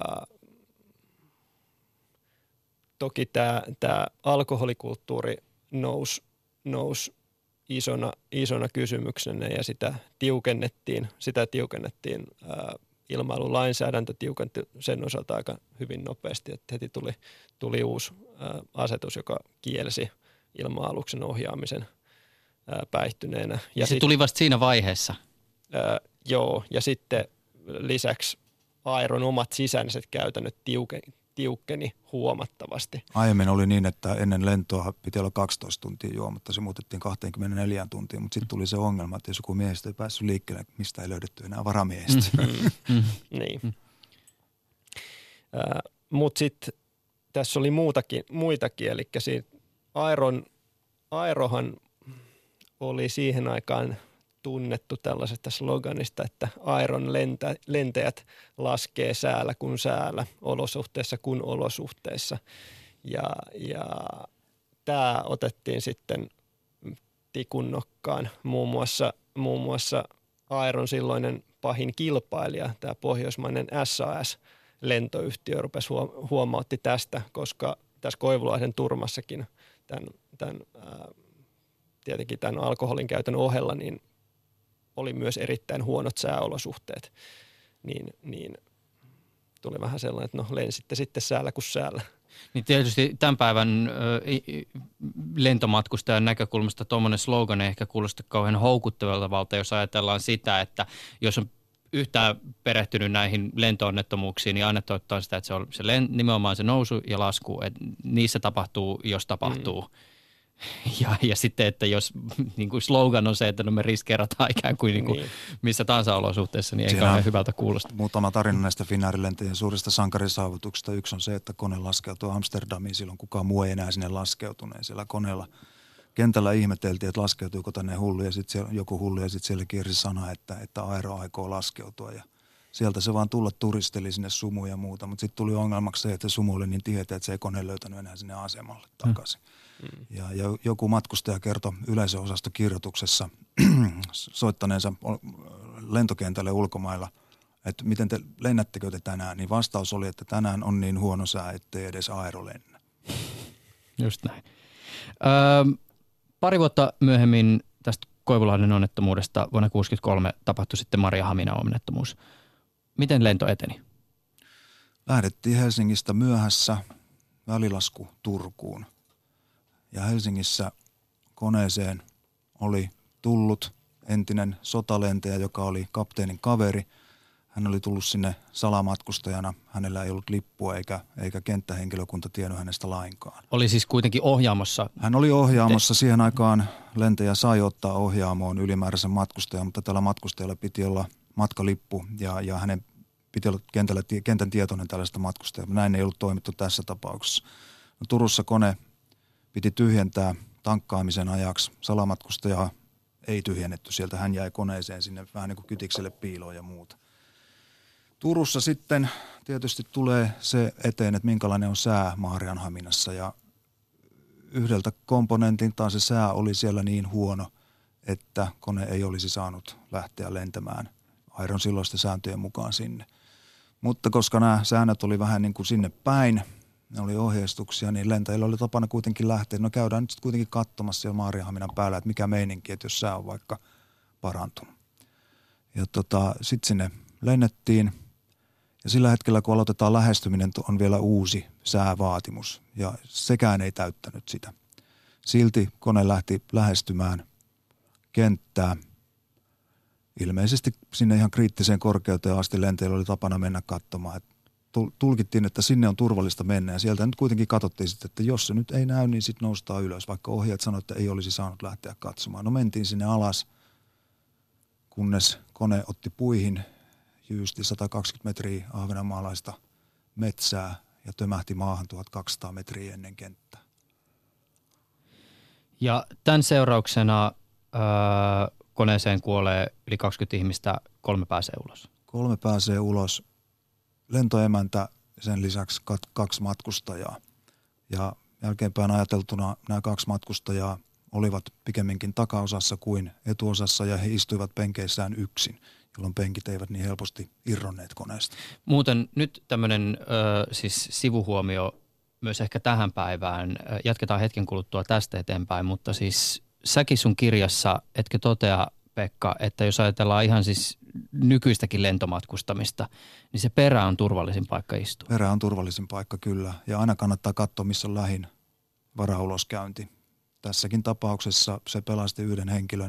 Speaker 4: toki tämä alkoholikulttuuri nousi isona kysymyksenä ja sitä tiukennettiin ilmailulainsäädäntö tiukenti sen osalta aika hyvin nopeasti, että heti tuli uusi asetus, joka kielsi ilma-aluksen ohjaamisen päihtyneenä.
Speaker 2: Ja se tuli vasta siinä vaiheessa?
Speaker 4: Joo, ja sitten lisäksi Aeron omat sisäiset käytännöt tiukkeni huomattavasti.
Speaker 3: Aiemmin oli niin, että ennen lentoa piti olla 12 tuntia juomatta. Se muutettiin 24 tuntiin, mutta sitten tuli se ongelma, että jos joku miehistä ei päässyt liikkeelle, mistä ei löydetty enää varamiehistä.
Speaker 4: Niin. Mutta sitten tässä oli muitakin, eli Aerohan oli siihen aikaan tunnettu tällaisesta sloganista, että Aeron lentäjät laskee säällä kuin säällä, olosuhteissa kuin olosuhteissa. Ja tämä otettiin sitten tikunnokkaan muun muassa Aeron silloinen pahin kilpailija, tämä pohjoismainen SAS-lentoyhtiö rupesi huomautti tästä, koska tässä Koivulahden turmassakin tietenkin tämän alkoholin käytön ohella niin oli myös erittäin huonot sääolosuhteet, niin tuli vähän sellainen, että no lensitte sitten säällä kuin säällä.
Speaker 2: Niin tietysti tämän päivän lentomatkustajan näkökulmasta tuommoinen slogan ei ehkä kuulosta kauhean houkuttelevalta, jos ajatellaan sitä, että jos on yhtään perehtynyt näihin lento-onnettomuuksiin, niin aina toivottaa sitä, että se nimenomaan se nousu ja lasku, että niissä tapahtuu, jos tapahtuu. Ja sitten, että jos niin kuin slogan on se, että no me riskeerataan ikään kuin, niin. Missä tahansa olosuhteessa, niin ei kauhean hyvältä kuulosta.
Speaker 3: Muutama tarina näistä Finnair-lentäjien suurista sankarisaavutuksista. Yksi on se, että kone laskeutui Amsterdamiin, silloin kukaan muu ei enää sinne laskeutuneen. Siellä koneella kentällä ihmeteltiin, että laskeutuuko tänne hullu, ja sitten joku hullu, ja sitten siellä kiersi sana, että Aero aikoo laskeutua. Ja sieltä se vaan tulla turisteli sinne sumuun ja muuta, mutta sitten tuli ongelmaksi se, että sumu oli niin tiheä, että se ei kone löytänyt enää sinne asemalle takaisin. Ja joku matkustaja kertoi yleisöosastokirjoituksessa soittaneensa lentokentälle ulkomailla, että miten lennättekö te tänään, niin vastaus oli, että tänään on niin huono sää, ettei edes Aero lennä.
Speaker 2: Just näin. Pari vuotta myöhemmin tästä Koivulahden onnettomuudesta vuonna 1963 tapahtui sitten Maarianhaminan onnettomuus. Miten lento eteni?
Speaker 3: Lähdettiin Helsingistä myöhässä, välilasku Turkuun. Ja Helsingissä koneeseen oli tullut entinen sotalentäjä, joka oli kapteenin kaveri. Hän oli tullut sinne salamatkustajana. Hänellä ei ollut lippua eikä kenttähenkilökunta tiennyt hänestä lainkaan. Oli
Speaker 2: siis kuitenkin ohjaamossa?
Speaker 3: Hän oli ohjaamossa. Siihen aikaan lentäjä sai ottaa ohjaamoon ylimääräisen matkustajan, mutta tällä matkustajalla piti olla matkalippu ja hänen piti olla kentän tietoinen tällaista matkustajaa. Näin ei ollut toimittu tässä tapauksessa. No, Turussa kone piti tyhjentää tankkaamisen ajaksi. Salamatkustajaa ei tyhjennetty sieltä. Hän jäi koneeseen sinne vähän niin kuin kytikselle piiloon ja muuta. Turussa sitten tietysti tulee se eteen, että minkälainen on sää Maarianhaminassa. Ja yhdeltä komponentiltaan se sää oli siellä niin huono, että kone ei olisi saanut lähteä lentämään Aeron silloisten sääntöjen mukaan sinne. Mutta koska nämä säännöt oli vähän niin kuin sinne päin, ne oli ohjeistuksia, niin lentäjillä oli tapana kuitenkin lähteä. No käydään nyt sitten kuitenkin katsomassa siellä Maarianhaminan päällä, että mikä meininki, että jos sää on vaikka parantunut. Ja sitten sinne lennettiin. Ja sillä hetkellä, kun aloitetaan lähestyminen, on vielä uusi säävaatimus. Ja sekään ei täyttänyt sitä. Silti kone lähti lähestymään kenttää. Ilmeisesti sinne ihan kriittiseen korkeuteen asti lentäjillä oli tapana mennä katsomaan, että tulkittiin, että sinne on turvallista mennä ja sieltä nyt kuitenkin katsottiin sitten, että jos se nyt ei näy, niin sitten noustaan ylös, vaikka ohjaat sanoivat, että ei olisi saanut lähteä katsomaan. No mentiin sinne alas, kunnes kone otti puihin jyysti 120 metriä ahvenanmaalaista metsää ja tömähti maahan 1200 metriä ennen kenttää.
Speaker 2: Ja tämän seurauksena koneeseen kuolee yli 20 ihmistä, 3 pääsee ulos.
Speaker 3: 3 pääsee ulos. Lentoemäntä, sen lisäksi 2 matkustajaa. Ja jälkeenpäin ajateltuna nämä 2 matkustajaa olivat pikemminkin takaosassa kuin etuosassa ja he istuivat penkeissään yksin, jolloin penkit eivät niin helposti irronneet koneesta.
Speaker 2: Muuten nyt tämmöinen siis sivuhuomio myös ehkä tähän päivään. Jatketaan hetken kuluttua tästä eteenpäin, mutta siis säkin sun kirjassa etkö totea, Pekka, että jos ajatellaan ihan siis nykyistäkin lentomatkustamista, niin se perä on turvallisin paikka istua.
Speaker 3: Perä on turvallisin paikka, kyllä. Ja aina kannattaa katsoa, missä on lähin varauloskäynti. Tässäkin tapauksessa se pelasti yhden henkilön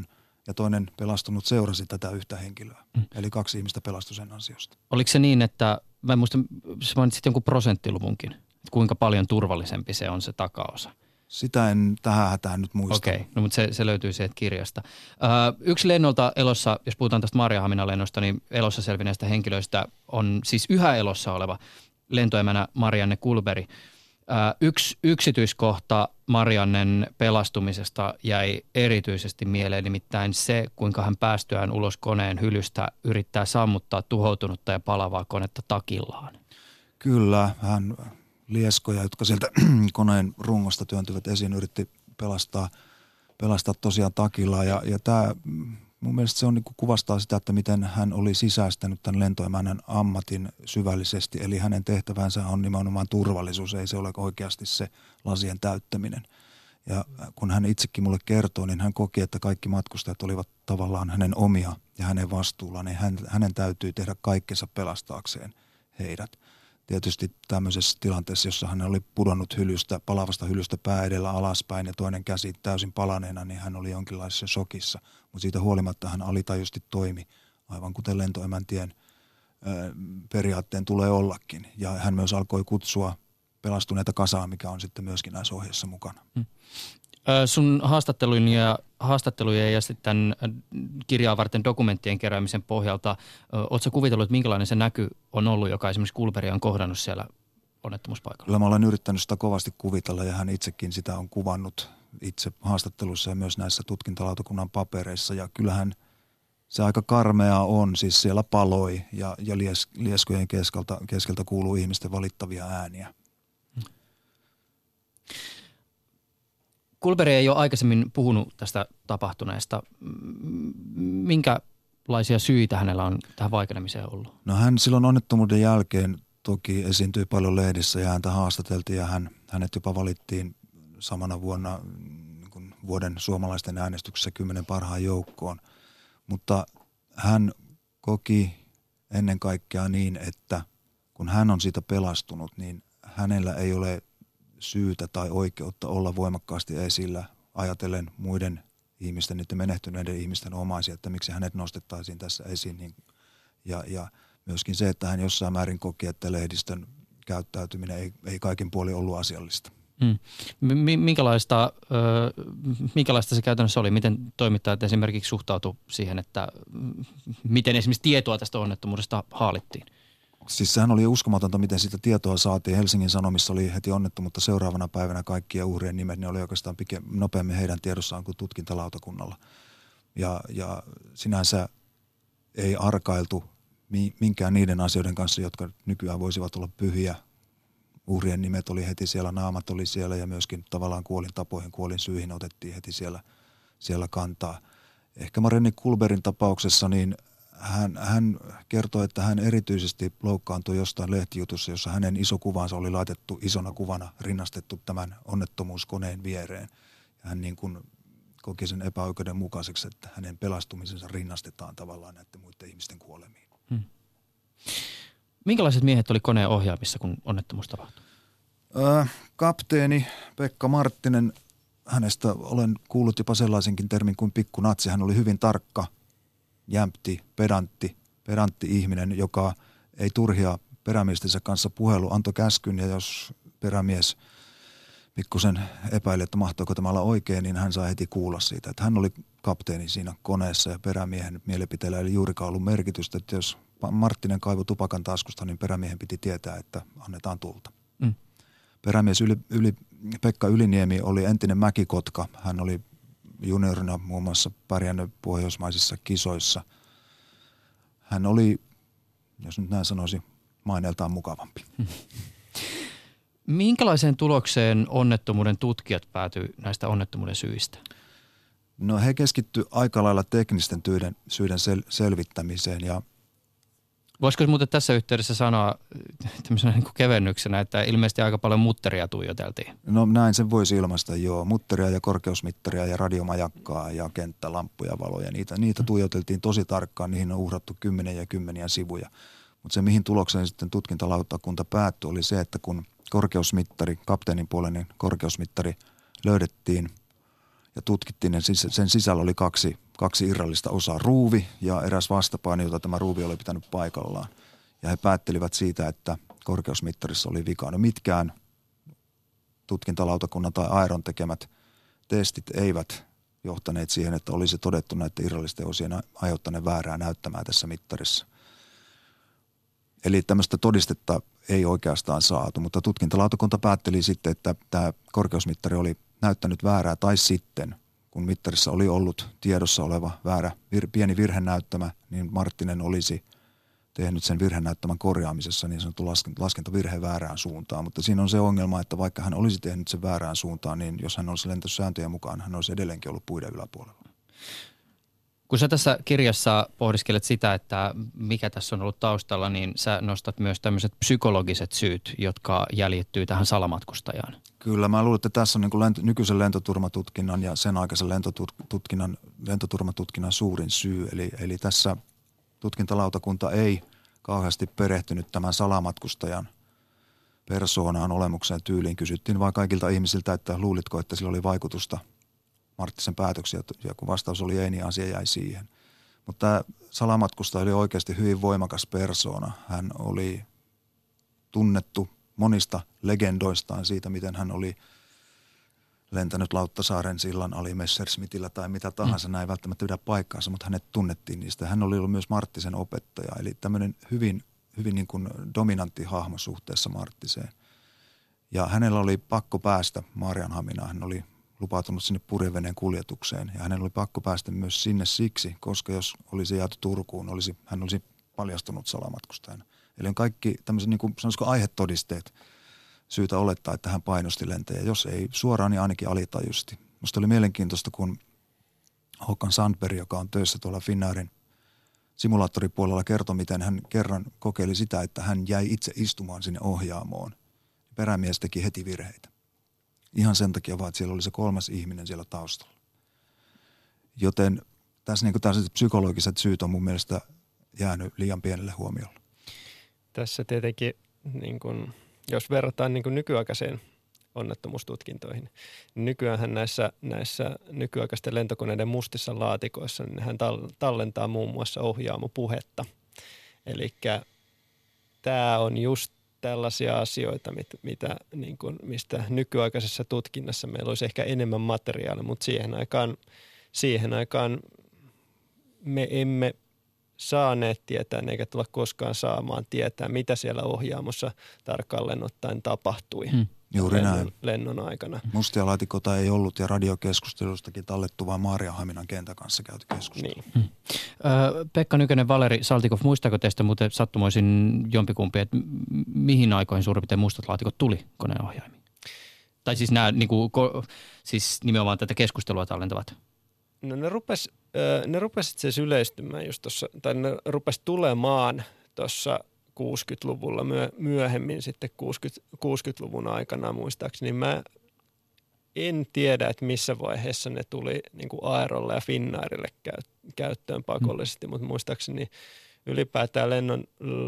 Speaker 3: ja toinen pelastunut seurasi tätä yhtä henkilöä. Eli 2 ihmistä pelastui sen ansiosta.
Speaker 2: Oliko se niin, että mä muistan, sä mainitsit jonkun prosenttiluvunkin, että kuinka paljon turvallisempi se on se takaosa?
Speaker 3: Sitä en tähän hätään nyt muista.
Speaker 2: Okei, no mutta se löytyy sieltä kirjasta. Yksi lennolta elossa, jos puhutaan tästä Maarianhaminan lennosta, niin elossa selvinneistä henkilöistä on siis yhä elossa oleva lentoemänä Marianne Kulberi. Yksi yksityiskohta Mariannen pelastumisesta jäi erityisesti mieleen, nimittäin se, kuinka hän päästyään ulos koneen hylystä yrittää sammuttaa tuhoutunutta ja palavaa konetta takillaan.
Speaker 3: Kyllä, hän lieskoja, jotka sieltä koneen rungosta työntyvät esiin, yritti pelastaa tosiaan takillaan. Ja tämä, mun mielestä se on, niin kuin kuvastaa sitä, että miten hän oli sisäistänyt tämän lentoemännän ammatin syvällisesti. Eli hänen tehtävänsä on nimenomaan turvallisuus, ei se ole oikeasti se lasien täyttäminen. Ja kun hän itsekin mulle kertoo, niin hän koki, että kaikki matkustajat olivat tavallaan hänen omia ja hänen vastuullaan. Niin hänen täytyy tehdä kaikkensa pelastaakseen heidät. Tietysti tämmöisessä tilanteessa, jossa hän oli pudonnut palavasta hylystä pää edellä alaspäin ja toinen käsi täysin palaneena, niin hän oli jonkinlaisessa shokissa. Mutta siitä huolimatta hän alitajuisesti toimi, aivan kuten lentoemäntien periaatteen tulee ollakin. Ja hän myös alkoi kutsua pelastuneita kasaan, mikä on sitten myöskin näissä ohjeissa mukana.
Speaker 2: Sun haastattelujen ja sitten tämän kirjaa varten dokumenttien keräämisen pohjalta, ootko kuvitellut, että minkälainen se näky on ollut, joka esimerkiksi Kulberia on kohdannut siellä onnettomuuspaikalla?
Speaker 3: Kyllä mä olen yrittänyt sitä kovasti kuvitella ja hän itsekin sitä on kuvannut itse haastattelussa ja myös näissä tutkintalautakunnan papereissa. Ja kyllähän se aika karmeaa on, siis siellä paloi ja lieskojen keskeltä kuuluu ihmisten valittavia ääniä.
Speaker 2: Kulberi ei ole aikaisemmin puhunut tästä tapahtuneesta. Minkälaisia syitä hänellä on tähän vaikenemiseen ollut?
Speaker 3: No hän silloin onnettomuuden jälkeen toki esiintyi paljon lehdissä ja häntä haastateltiin ja hänet jopa valittiin samana vuonna niin vuoden suomalaisten äänestyksessä 10 parhaan joukkoon. Mutta hän koki ennen kaikkea niin, että kun hän on siitä pelastunut, niin hänellä ei ole syytä tai oikeutta olla voimakkaasti esillä ajatellen muiden ihmisten, niiden menehtyneiden ihmisten omaisia, että miksi hänet nostettaisiin tässä esiin. Ja myöskin se, että hän jossain määrin koki, että lehdistön käyttäytyminen ei kaikin puolin ollut asiallista.
Speaker 2: Minkälaista se käytännössä oli? Miten toimittajat esimerkiksi suhtautuivat siihen, että miten esimerkiksi tietoa tästä onnettomuudesta haalittiin?
Speaker 3: Siis sehän oli uskomatonta, miten sitä tietoa saatiin. Helsingin Sanomissa oli heti onnettomuutta seuraavana päivänä kaikkien uhrien nimet. Ne oli oikeastaan nopeammin heidän tiedossaan kuin tutkintalautakunnalla. Ja sinänsä ei arkailtu minkään niiden asioiden kanssa, jotka nykyään voisivat olla pyhiä. Uhrien nimet oli heti siellä, naamat oli siellä ja myöskin tavallaan kuolintapoihin, kuolinsyihin otettiin heti siellä kantaa. Ehkä Marianne Kulberin tapauksessa niin hän kertoi, että hän erityisesti loukkaantui jostain lehtijutussa, jossa hänen iso kuvansa oli laitettu isona kuvana, rinnastettu tämän onnettomuuskoneen viereen. Ja hän niin kuin koki sen epäoikeudenmukaiseksi, että hänen pelastumisensa rinnastetaan tavallaan näiden muiden ihmisten kuolemiin.
Speaker 2: Minkälaiset miehet oli koneen ohjaamissa, kun onnettomuus tapahtui?
Speaker 3: Kapteeni Pekka Marttinen, hänestä olen kuullut jopa sellaisenkin termin kuin pikkunatsi. Hän oli hyvin tarkka, jämpti, pedantti ihminen, joka ei turhia perämiestensä kanssa puhelu, antoi käskyn ja jos perämies pikkusen epäili, että mahtoiko tämä olla oikein, niin hän sai heti kuulla siitä, että hän oli kapteeni siinä koneessa ja perämiehen mielipiteellä ei juurikaan ollut merkitystä, että jos Marttinen kaivoi tupakan taskusta, niin perämiehen piti tietää, että annetaan tulta. Perämies Pekka Yliniemi oli entinen mäkikotka. Hän oli juniorina muun muassa pärjännyt pohjoismaisissa kisoissa. Hän oli, jos nyt näin sanoisi, maineeltaan mukavampi.
Speaker 2: Minkälaiseen tulokseen onnettomuuden tutkijat päätyivät näistä onnettomuuden syistä?
Speaker 3: No he keskittyivät aika lailla teknisten syiden selvittämiseen ja
Speaker 2: voisiko muuten tässä yhteydessä sanoa tämmöisenä niin kuin kevennyksenä, että ilmeisesti aika paljon mutteria tuijoteltiin?
Speaker 3: No näin sen voisi ilmaista, joo. Mutteria ja korkeusmittaria ja radiomajakkaa ja kenttälampuja, valoja. Niitä tuijoteltiin tosi tarkkaan, niihin on uhrattu kymmeniä ja kymmeniä sivuja. Mutta se mihin tulokseen sitten tutkintalautakunta päättyi oli se, että kun korkeusmittari, kapteenin puoleinen korkeusmittari löydettiin ja tutkittiin. Sen sisällä oli kaksi irrallista osaa, ruuvi ja eräs vastapaino, jota tämä ruuvi oli pitänyt paikallaan. Ja he päättelivät siitä, että korkeusmittarissa oli vika. No mitkään tutkintalautakunnan tai Aeron tekemät testit eivät johtaneet siihen, että olisi todettu näiden irrallisten osien aiheuttaneen väärää näyttämää tässä mittarissa. Eli tämmöistä todistetta ei oikeastaan saatu, mutta tutkintalautakunta päätteli sitten, että tämä korkeusmittari oli näyttänyt väärää tai sitten, kun mittarissa oli ollut tiedossa oleva pieni virhenäyttämä, niin Marttinen olisi tehnyt sen virhenäyttämän korjaamisessa niin sanottu laskentavirhe väärään suuntaan. Mutta siinä on se ongelma, että vaikka hän olisi tehnyt sen väärään suuntaan, niin jos hän olisi lentänyt sääntöjen mukaan, hän olisi edelleenkin ollut puiden yläpuolella.
Speaker 2: Kun sä tässä kirjassa pohdiskelet sitä, että mikä tässä on ollut taustalla, niin sä nostat myös tämmöiset psykologiset syyt, jotka jäljittyy tähän salamatkustajaan. Kyllä,
Speaker 3: mä luulen, että tässä on niin kuin nykyisen lentoturmatutkinnan ja sen aikaisen lentoturmatutkinnan suurin syy. Eli tässä tutkintalautakunta ei kauheasti perehtynyt tämän salamatkustajan persoonaan, olemukseen, tyyliin. Kysyttiin vaan kaikilta ihmisiltä, että luulitko, että sillä oli vaikutusta Marttisen päätöksiä, ja kun vastaus oli ei, niin asia jäi siihen. Mutta tämä salamatkustaja oli oikeasti hyvin voimakas persoona. Hän oli tunnettu monista legendoistaan siitä, miten hän oli lentänyt Lauttasaaren sillan ali Messerschmittillä tai mitä tahansa. Näin ei välttämättä pidä paikkaansa, mutta hänet tunnettiin niistä. Hän oli ollut myös Marttisen opettaja, eli tämmöinen hyvin niin kuin dominantti hahmo suhteessa Marttiseen. Ja hänellä oli pakko päästä Maarianhaminaan. Hän oli lupautunut sinne purjeveneen kuljetukseen ja hänen oli pakko päästä myös sinne siksi, koska jos olisi jääty Turkuun, hän olisi paljastunut salamatkustajana. Eli on kaikki tämmöiset niin kuin sanoisiko aihetodisteet syytä olettaa, että hän painosti lentäjä. Jos ei suoraan, niin ainakin alitajuisesti. Musta oli mielenkiintoista, kun Håkan Sandberg, joka on töissä tuolla Finnairin simulaattoripuolella, kertoi, miten hän kerran kokeili sitä, että hän jäi itse istumaan sinne ohjaamoon. Perämies teki heti virheitä. Ihan sen takia vaan, että siellä oli se kolmas ihminen siellä taustalla. Joten tässä niin tällaiset psykologiset syyt on mun mielestä jäänyt liian pienelle huomiolle.
Speaker 4: Tässä tietenkin, niin kun, jos verrataan niin kun nykyaikaiseen onnettomuustutkintoihin, niin nykyäänhän näissä nykyaikaisten lentokoneiden mustissa laatikoissa, niin hän tallentaa muun muassa ohjaamopuhetta. Eli tämä on just tällaisia asioita, mistä nykyaikaisessa tutkinnassa meillä olisi ehkä enemmän materiaalia, mutta siihen aikaan me emme saaneet tietää, eikä tulla koskaan saamaan tietää, mitä siellä ohjaamossa tarkalleen ottaen tapahtui lennon aikana.
Speaker 3: Mustia laatikoita ei ollut ja radiokeskustelustakin tallettu, vaan Maarianhaminan kentän kanssa käyty keskustelu.
Speaker 4: Niin.
Speaker 2: Pekka Nykänen, Valeri Saltikov, muistaako teistä muuten sattumoisin jompikumpi, että mihin aikoihin suurin piirtein mustat laatikot tuli koneohjaimiin? Tai siis nämä siis nimenomaan tätä keskustelua tallentavat?
Speaker 4: No ne rupesi siis yleistymään just tuossa, tai ne rupesi tulemaan tuossa 60-luvulla myöhemmin sitten 60-luvun aikana muistaakseni. Mä en tiedä, että missä vaiheessa ne tuli niin kuin Aerolle ja Finnairille käyttöön pakollisesti, mutta muistaakseni ylipäätään lennon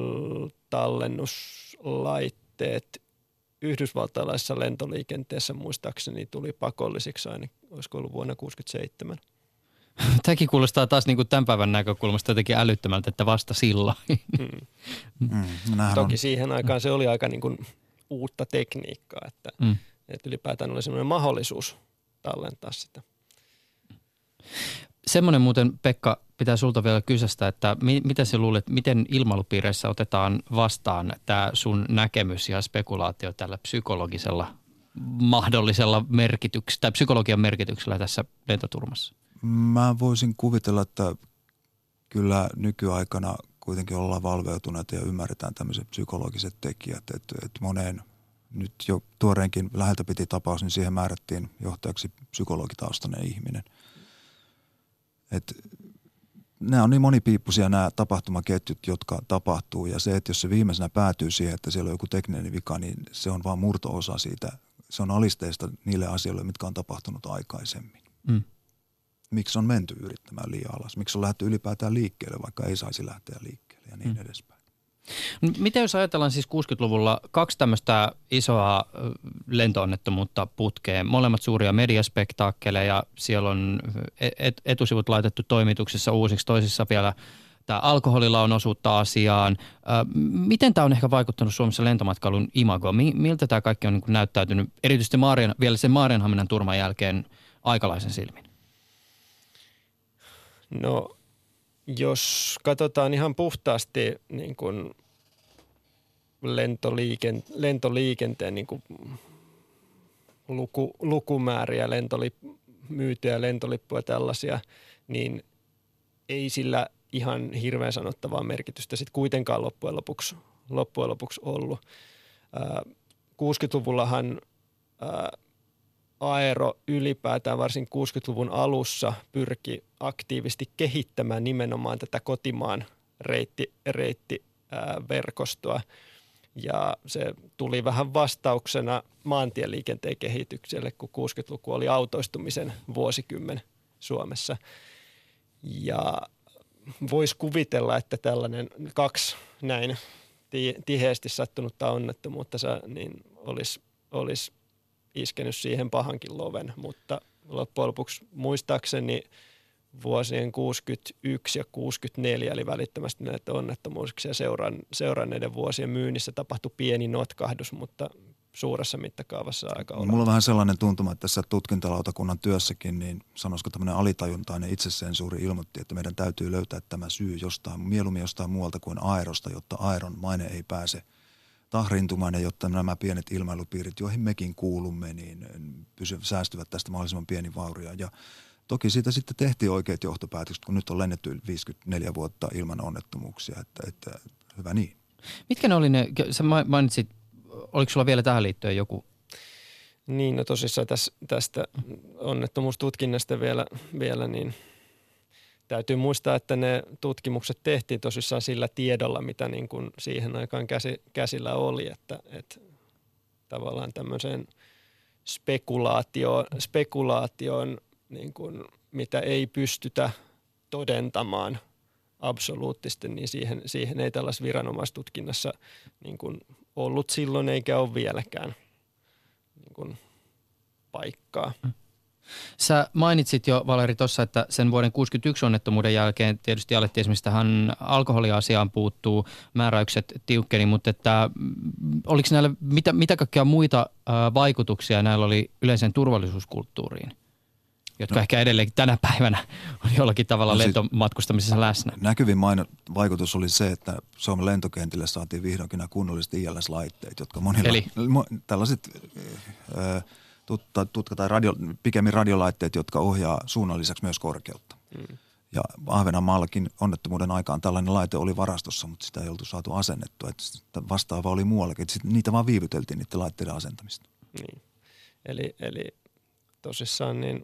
Speaker 4: tallennuslaitteet yhdysvaltalaisessa lentoliikenteessä muistaakseni tuli pakollisiksi aina, olisiko ollut vuonna 1967.
Speaker 2: Tämäkin kuulostaa taas niin kuin tämän päivän näkökulmasta jotenkin älyttömältä, että vasta silloin.
Speaker 4: Toki siihen aikaan se oli aika niin kuin uutta tekniikkaa, että ylipäätään oli sellainen mahdollisuus tallentaa sitä.
Speaker 2: Semmoinen muuten, Pekka, pitää sulta vielä kysästä, että mitä sä luulet, miten ilmailupiireissä otetaan vastaan tämä sun näkemys ja spekulaatio tällä psykologisella mahdollisella merkityksellä tai psykologian merkityksellä tässä lentoturmassa?
Speaker 3: Mä voisin kuvitella, että kyllä nykyaikana kuitenkin ollaan valveutuneita ja ymmärretään tämmöiset psykologiset tekijät, että moneen nyt jo tuoreenkin läheltä piti tapaus, niin siihen määrättiin johtajaksi psykologitaustainen ihminen. Että nämä on niin monipiippuisia nämä tapahtumaketjut, jotka tapahtuu ja se, että jos se viimeisenä päätyy siihen, että siellä on joku tekninen vika, niin se on vaan murto-osa siitä. Se on alisteista niille asioille, mitkä on tapahtunut aikaisemmin. Miksi on menty yrittämään liian alas? Miksi on lähdetty ylipäätään liikkeelle, vaikka ei saisi lähteä liikkeelle ja niin edespäin.
Speaker 2: Miten jos ajatellaan siis 60-luvulla 2 tämmöistä isoa lentoonnettomuutta putkeen, molemmat suuria mediaspektaakkeleja, siellä on etusivut laitettu toimituksessa uusiksi, toisissa vielä tämä alkoholilla on osuutta asiaan. Miten tämä on ehkä vaikuttanut Suomessa lentomatkailun imagoon? Miltä tämä kaikki on niin kuin näyttäytynyt, erityisesti vielä sen Maarianhaminan turman jälkeen aikalaisen silmin?
Speaker 4: No, jos katsotaan ihan puhtaasti niin kuin lentoliikenteen niin kuin lukumääriä, myytyjä lentolippuja tällaisia, niin ei sillä ihan hirveän sanottavaa merkitystä sitten kuitenkaan loppujen lopuksi ollut. 60-luvullahan Aero ylipäätään varsin 60-luvun alussa pyrki aktiivisesti kehittämään nimenomaan tätä kotimaan reittiverkostoa. Ja se tuli vähän vastauksena maantieliikenteen kehitykselle, kun 60-luku oli autoistumisen vuosikymmen Suomessa. Ja voisi kuvitella, että tällainen 2 näin tiheästi sattunutta onnettomuutta niin olisi iskenyt siihen pahankin loven, mutta loppujen lopuksi muistaakseni vuosien 61 ja 64 eli välittömästi näitä onnettomuuksia seuranneiden vuosien myynnissä tapahtui pieni notkahdus, mutta suuressa mittakaavassa aika oleellinen.
Speaker 3: Mulla on vähän sellainen tuntuma, että tässä tutkintalautakunnan työssäkin, niin sanoisiko tämmöinen alitajuntainen itsesensuuri ilmoitti, että meidän täytyy löytää tämä syy mieluummin jostain muualta kuin Aerosta, jotta Aeron maine ei pääse tahrintumaan ja jotta nämä pienet ilmailupiirit, joihin mekin kuulumme, niin säästyvät tästä mahdollisimman pieni vauria. Ja toki siitä sitten tehtiin oikeat johtopäätökset, kun nyt on lennetty 54 vuotta ilman onnettomuuksia, että hyvä niin.
Speaker 2: Mitkä ne oli ne, sä mainitsit, oliko sulla vielä tähän liittyen joku?
Speaker 4: Niin, no tosissaan tästä onnettomuustutkinnasta vielä niin täytyy muistaa, että ne tutkimukset tehtiin tosissaan sillä tiedolla, mitä niin kuin siihen aikaan käsillä oli, että tavallaan tämmöiseen spekulaatioon niin kuin, mitä ei pystytä todentamaan absoluuttisesti, niin siihen ei tällaisessa viranomaistutkinnassa niin kuin ollut silloin eikä ole vieläkään niin kuin paikkaa.
Speaker 2: Sä mainitsit jo, Valeri, tuossa, että sen vuoden 1961 onnettomuuden jälkeen tietysti alettiin esimerkiksi tähän alkoholiasiaan puuttuu, määräykset tiukkeni, mutta että oliko näillä, mitä kaikkia muita vaikutuksia näillä oli yleiseen turvallisuuskulttuuriin, jotka ehkä edelleenkin tänä päivänä on jollakin tavalla lentomatkustamisessa läsnä?
Speaker 3: Näkyvin vaikutus oli se, että Suomen lentokentille saatiin vihdoinkin nämä kunnolliset ILS-laitteet, jotka tällaiset pikemmin radiolaitteet, jotka ohjaa suunnan lisäksi myös korkeutta. Ja Ahvenanmaallakin onnettomuuden aikaan tällainen laite oli varastossa, mutta sitä ei oltu saatu asennettua. Että vastaava oli muuallakin. Niitä vaan viivyteltiin niiden laitteiden asentamista.
Speaker 4: Niin. Eli tosissaan niin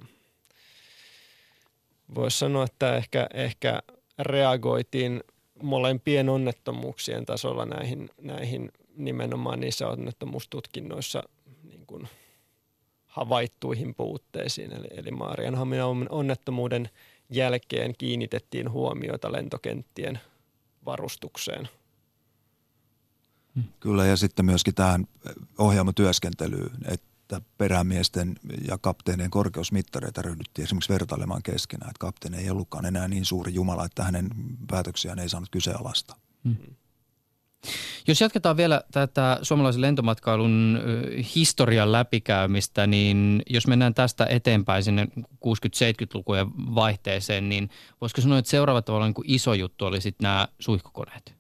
Speaker 4: voisi sanoa, että ehkä reagoitiin molempien onnettomuuksien tasolla näihin nimenomaan niissä onnettomuustutkinnoissa niin kuin havaittuihin puutteisiin. Eli Maarianhaminan onnettomuuden jälkeen kiinnitettiin huomiota lentokenttien varustukseen.
Speaker 3: Kyllä, ja sitten myöskin tähän ohjaamotyöskentelyyn, että perämiesten ja kapteenien korkeusmittareita ryhdyttiin esimerkiksi vertailemaan keskenään. Että kapteeni ei ollutkaan enää niin suuri jumala, että hänen päätöksiään ei saanut kyseenalaistaa.
Speaker 2: Jos jatketaan vielä tätä suomalaisen lentomatkailun historian läpikäymistä, niin jos mennään tästä eteenpäin sinne 60-70-lukujen vaihteeseen, niin voisiko sanoa, että seuraava tavallaan niin kuin iso juttu oli sitten nämä suihkukoneet?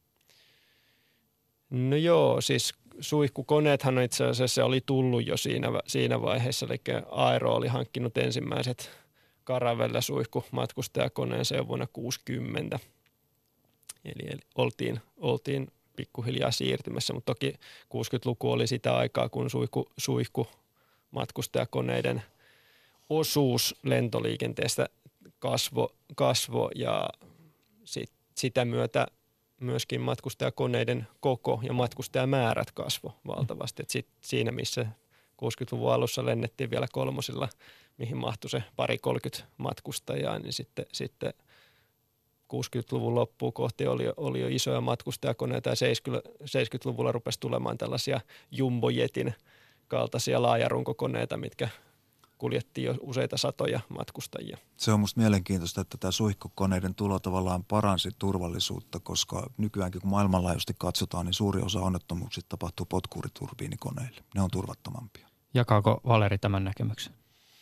Speaker 2: No
Speaker 4: joo, siis suihkukoneethan itse asiassa oli tullut jo siinä vaiheessa, eli Aero oli hankkinut ensimmäiset Caravelle suihkumatkustajakoneensa jo vuonna 1960. Eli oltiin pikkuhiljaa siirtymässä, mutta toki 60-luku oli sitä aikaa, kun suihkumatkustajakoneiden osuus lentoliikenteestä kasvo ja sitä myötä myöskin matkustajakoneiden koko ja matkustajamäärät kasvo valtavasti. Et siinä, missä 60-luvun alussa lennettiin vielä kolmosilla, mihin mahtui se 20-30 matkustajaa, niin sitten 60-luvun loppuun kohti oli jo isoja matkustajakoneita ja 70-luvulla rupesi tulemaan tällaisia jumbojetin kaltaisia laajarunkokoneita, mitkä kuljettiin jo useita satoja matkustajia.
Speaker 3: Se on musta mielenkiintoista, että tämä suihkukoneiden tulo tavallaan paransi turvallisuutta, koska nykyäänkin kun maailmanlaajuisesti katsotaan, niin suuri osa onnettomuuksista tapahtuu potkuriturbiinikoneille. Ne on turvattomampia.
Speaker 2: Jakaako Valeri tämän näkemyksen?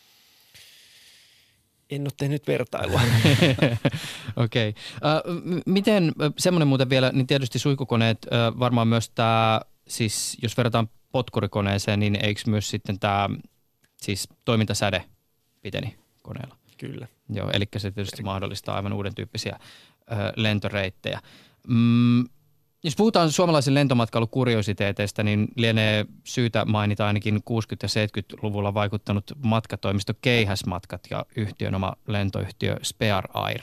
Speaker 4: En ole tehnyt vertailua.
Speaker 2: Okei. Miten, semmoinen muuten vielä, niin tietysti suihkukoneet, varmaan myös tämä, siis jos verrataan potkurikoneeseen, niin eikö myös sitten tämä siis toimintasäde piteni koneella?
Speaker 4: Kyllä.
Speaker 2: Joo, eli se tietysti mahdollistaa aivan uuden tyyppisiä lentoreittejä. Jos puhutaan suomalaisen lentomatkailukuriositeeteista, niin lienee syytä mainita ainakin 60- ja 70-luvulla vaikuttanut matkatoimisto Keihäsmatkat ja yhtiön oma lentoyhtiö Spear Air.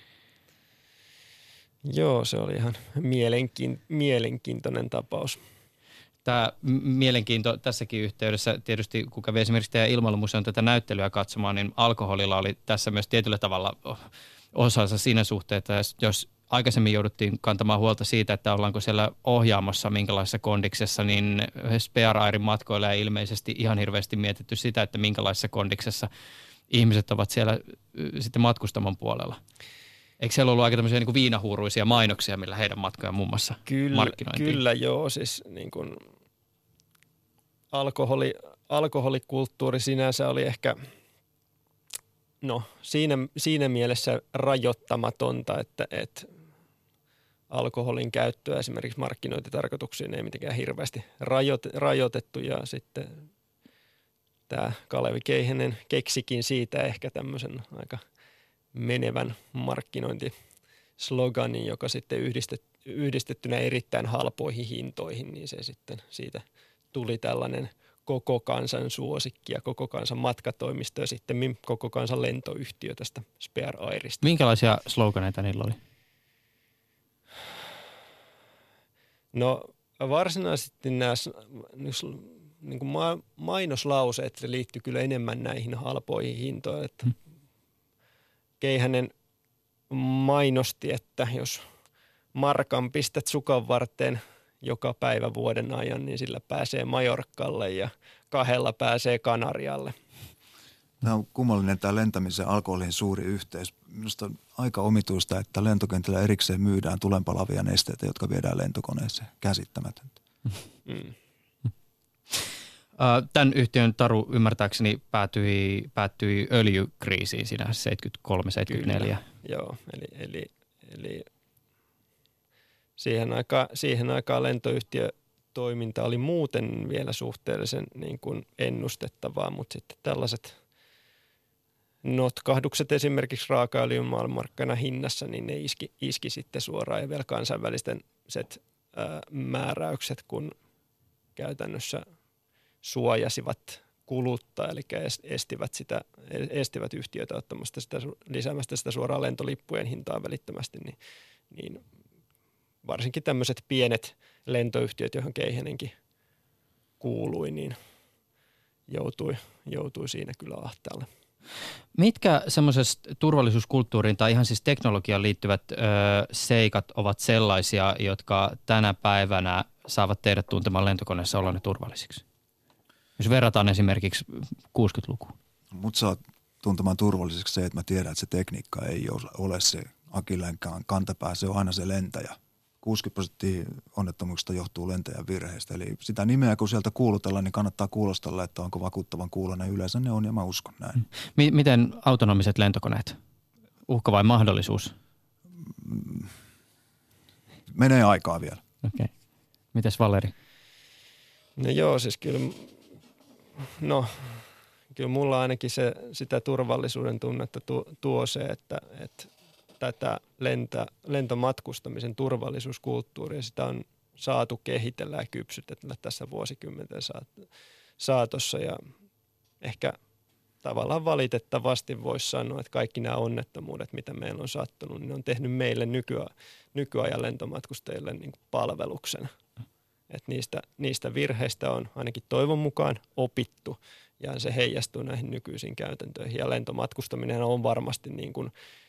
Speaker 4: Joo, se oli ihan mielenkiintoinen tapaus.
Speaker 2: Tämä mielenkiinto tässäkin yhteydessä, tietysti kun kävi esimerkiksi teidän Ilmailumuseon tätä näyttelyä katsomaan, niin alkoholilla oli tässä myös tietyllä tavalla osansa siinä suhteen, että jos aikaisemmin jouduttiin kantamaan huolta siitä, että ollaanko siellä ohjaamossa minkälaisessa kondiksessa, niin Spear Airin matkoilla ei ilmeisesti ihan hirveästi mietitty sitä, että minkälaisessa kondiksessa ihmiset ovat siellä sitten matkustamon puolella. Eikö siellä ollut aika tämmöisiä niin kuin viinahuuruisia mainoksia, millä heidän matkojaan muun muassa markkinointiin? Kyllä
Speaker 4: joo, siis niin kuin alkoholikulttuuri sinänsä oli ehkä siinä mielessä rajoittamatonta, että alkoholin käyttöä esimerkiksi markkinointitarkoituksiin ei mitenkään hirveästi rajoitettu ja sitten tämä Kalevi Keihänen keksikin siitä ehkä tämmöisen aika menevän markkinointisloganin, joka sitten yhdistettynä erittäin halpoihin hintoihin, niin se sitten siitä tuli tällainen koko kansan suosikki ja koko kansan matkatoimisto ja sitten koko kansan lentoyhtiö tästä Spear Airista.
Speaker 2: Minkälaisia sloganeita niillä oli?
Speaker 4: No varsinaisesti nämä niin kuin mainoslauseet liittyy kyllä enemmän näihin halpoihin hintoihin. Että Keihänen mainosti, että jos markan pistät sukan varteen joka päivä vuoden ajan, niin sillä pääsee Majorkalle ja 2 pääsee Kanarialle.
Speaker 3: Tämä on kummallinen tämä lentämisen alkoholin suuri yhteys. Minusta on aika omituista, että lentokentällä erikseen myydään tulenpalavia nesteitä, jotka viedään lentokoneeseen. Käsittämätöntä.
Speaker 2: Tämän yhtiön taru ymmärtääkseni päättyi öljykriisiin siinä 73-74.
Speaker 4: Joo, eli siihen aikaan lentoyhtiötoiminta oli muuten vielä suhteellisen niin kuin ennustettavaa, mutta sitten tällaiset notkahdukset esimerkiksi raakaöljyn maailmanmarkkana hinnassa, niin ne iski sitten suoraan ja vielä kansainvälisten määräykset, kun käytännössä suojasivat kuluttaa, eli estivät yhtiöitä ottamasta lisäämästä sitä suoraan lentolippujen hintaa välittömästi, niin varsinkin tämmöiset pienet lentoyhtiöt, johon Keihänenkin kuului, niin joutui siinä kyllä ahtaalle.
Speaker 2: Mitkä semmoisesta turvallisuuskulttuuriin tai ihan siis teknologiaan liittyvät seikat ovat sellaisia, jotka tänä päivänä saavat teidät tuntemaan lentokoneessa olonne turvallisiksi? Jos verrataan esimerkiksi 60-lukuun.
Speaker 3: Mut saa tuntemaan turvalliseksi se, että mä tiedän, että se tekniikka ei ole se akilleenkaan kantapää, se on aina se lentäjä. 60% onnettomuuksista johtuu lentäjän virheistä. Eli sitä nimeä, kun sieltä kuulutellaan, niin kannattaa kuulostella, että onko vakuuttavan kuulonen. Yleensä ne on, ja mä uskon näin.
Speaker 2: Miten autonomiset lentokoneet? Uhka vai mahdollisuus?
Speaker 3: Menee aikaa vielä.
Speaker 2: Okei. Mites Valeri?
Speaker 4: No joo, siis kyllä mulla ainakin sitä turvallisuuden tunnetta tuo se, että tätä lentomatkustamisen turvallisuuskulttuuria, sitä on saatu kehitellä ja kypsytellä tässä vuosikymmenten saatossa ja ehkä tavallaan valitettavasti voisi sanoa, että kaikki nämä onnettomuudet, mitä meillä on sattunut, niin on tehnyt meille nykyajan lentomatkustajille niin kuin palveluksena. Että niistä virheistä on ainakin toivon mukaan opittu ja se heijastuu näihin nykyisiin käytäntöihin ja lentomatkustaminen on varmasti niin kuin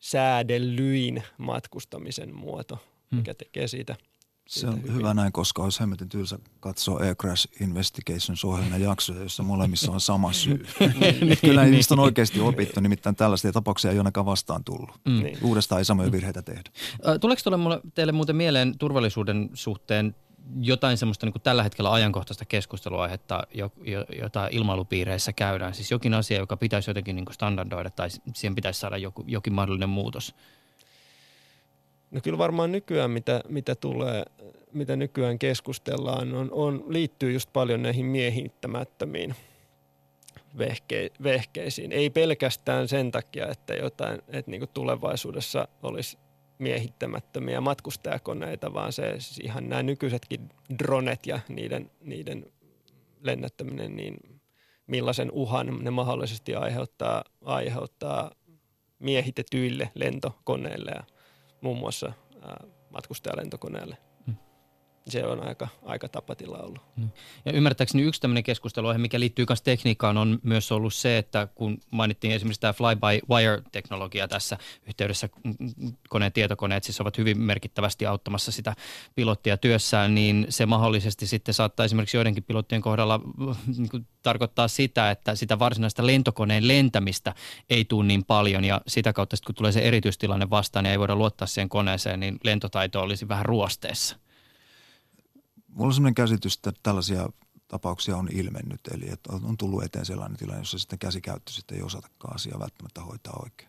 Speaker 4: säädellyin matkustamisen muoto, mikä tekee siitä.
Speaker 3: Se on hyvä näin, koska olisi hemmetin tylsä katsoa Air Crash Investigations-ohjelmia jaksoja, joissa molemmissa on sama syy. Kyllä niistä on oikeasti opittu, nimittäin tällaisia tapauksia ei ainakaan vastaan tullut. Uudestaan ei samoja virheitä tehdä.
Speaker 2: Tuleeko teille muuten mieleen turvallisuuden suhteen jotain semmoista niin kuin tällä hetkellä ajankohtaista keskusteluaihetta, jota ilmailupiireissä käydään? Siis jokin asia, joka pitäisi jotenkin niin kuin standardoida tai siihen pitäisi saada jokin mahdollinen muutos?
Speaker 4: No kyllä varmaan nykyään, mitä nykyään keskustellaan, liittyy just paljon näihin miehittämättömiin vehkeisiin. Ei pelkästään sen takia, että niin tulevaisuudessa olisi miehittämättömiä matkustajakoneita, vaan se siis ihan nämä nykyisetkin dronet ja niiden lennättäminen, niin millaisen uhan ne mahdollisesti aiheuttaa miehitetyille lentokoneille ja muun muassa matkustajalentokoneelle. Se on aika tapatila ollut.
Speaker 2: Ja ymmärtääkseni yksi tämmöinen keskusteluaihe, mikä liittyy myös tekniikkaan, on myös ollut se, että kun mainittiin esimerkiksi tämä fly-by-wire-teknologia tässä yhteydessä, tietokoneet siis ovat hyvin merkittävästi auttamassa sitä pilottia työssään, niin se mahdollisesti sitten saattaa esimerkiksi joidenkin pilottien kohdalla tarkoittaa sitä, että sitä varsinaista lentokoneen lentämistä ei tule niin paljon ja sitä kautta sitten kun tulee se erityistilanne vastaan ja ei voida luottaa siihen koneeseen, niin lentotaito olisi vähän ruosteessa.
Speaker 3: Mulla on sellainen käsitys, että tällaisia tapauksia on ilmennyt, eli että on tullut eteen sellainen tilanne, jossa sitten käsikäyttö sitten ei osatakaan asiaa välttämättä hoitaa oikein.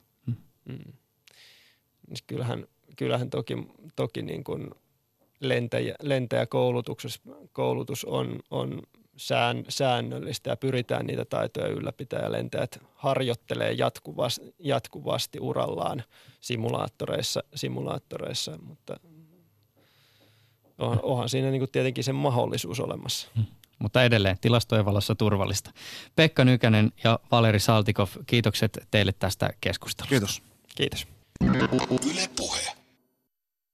Speaker 4: Kyllähän toki niin kuin lentäjäkoulutus on säännöllistä ja pyritään niitä taitoja ylläpitää ja lentäjät harjoittelee jatkuvasti urallaan simulaattoreissa, mutta onhan siinä niin kuin tietenkin sen mahdollisuus olemassa.
Speaker 2: Mutta edelleen tilastojen valossa turvallista. Pekka Nykänen ja Valeri Saltykov, kiitokset teille tästä keskustelusta.
Speaker 3: Kiitos.
Speaker 4: Kiitos.
Speaker 1: Yle Puhe.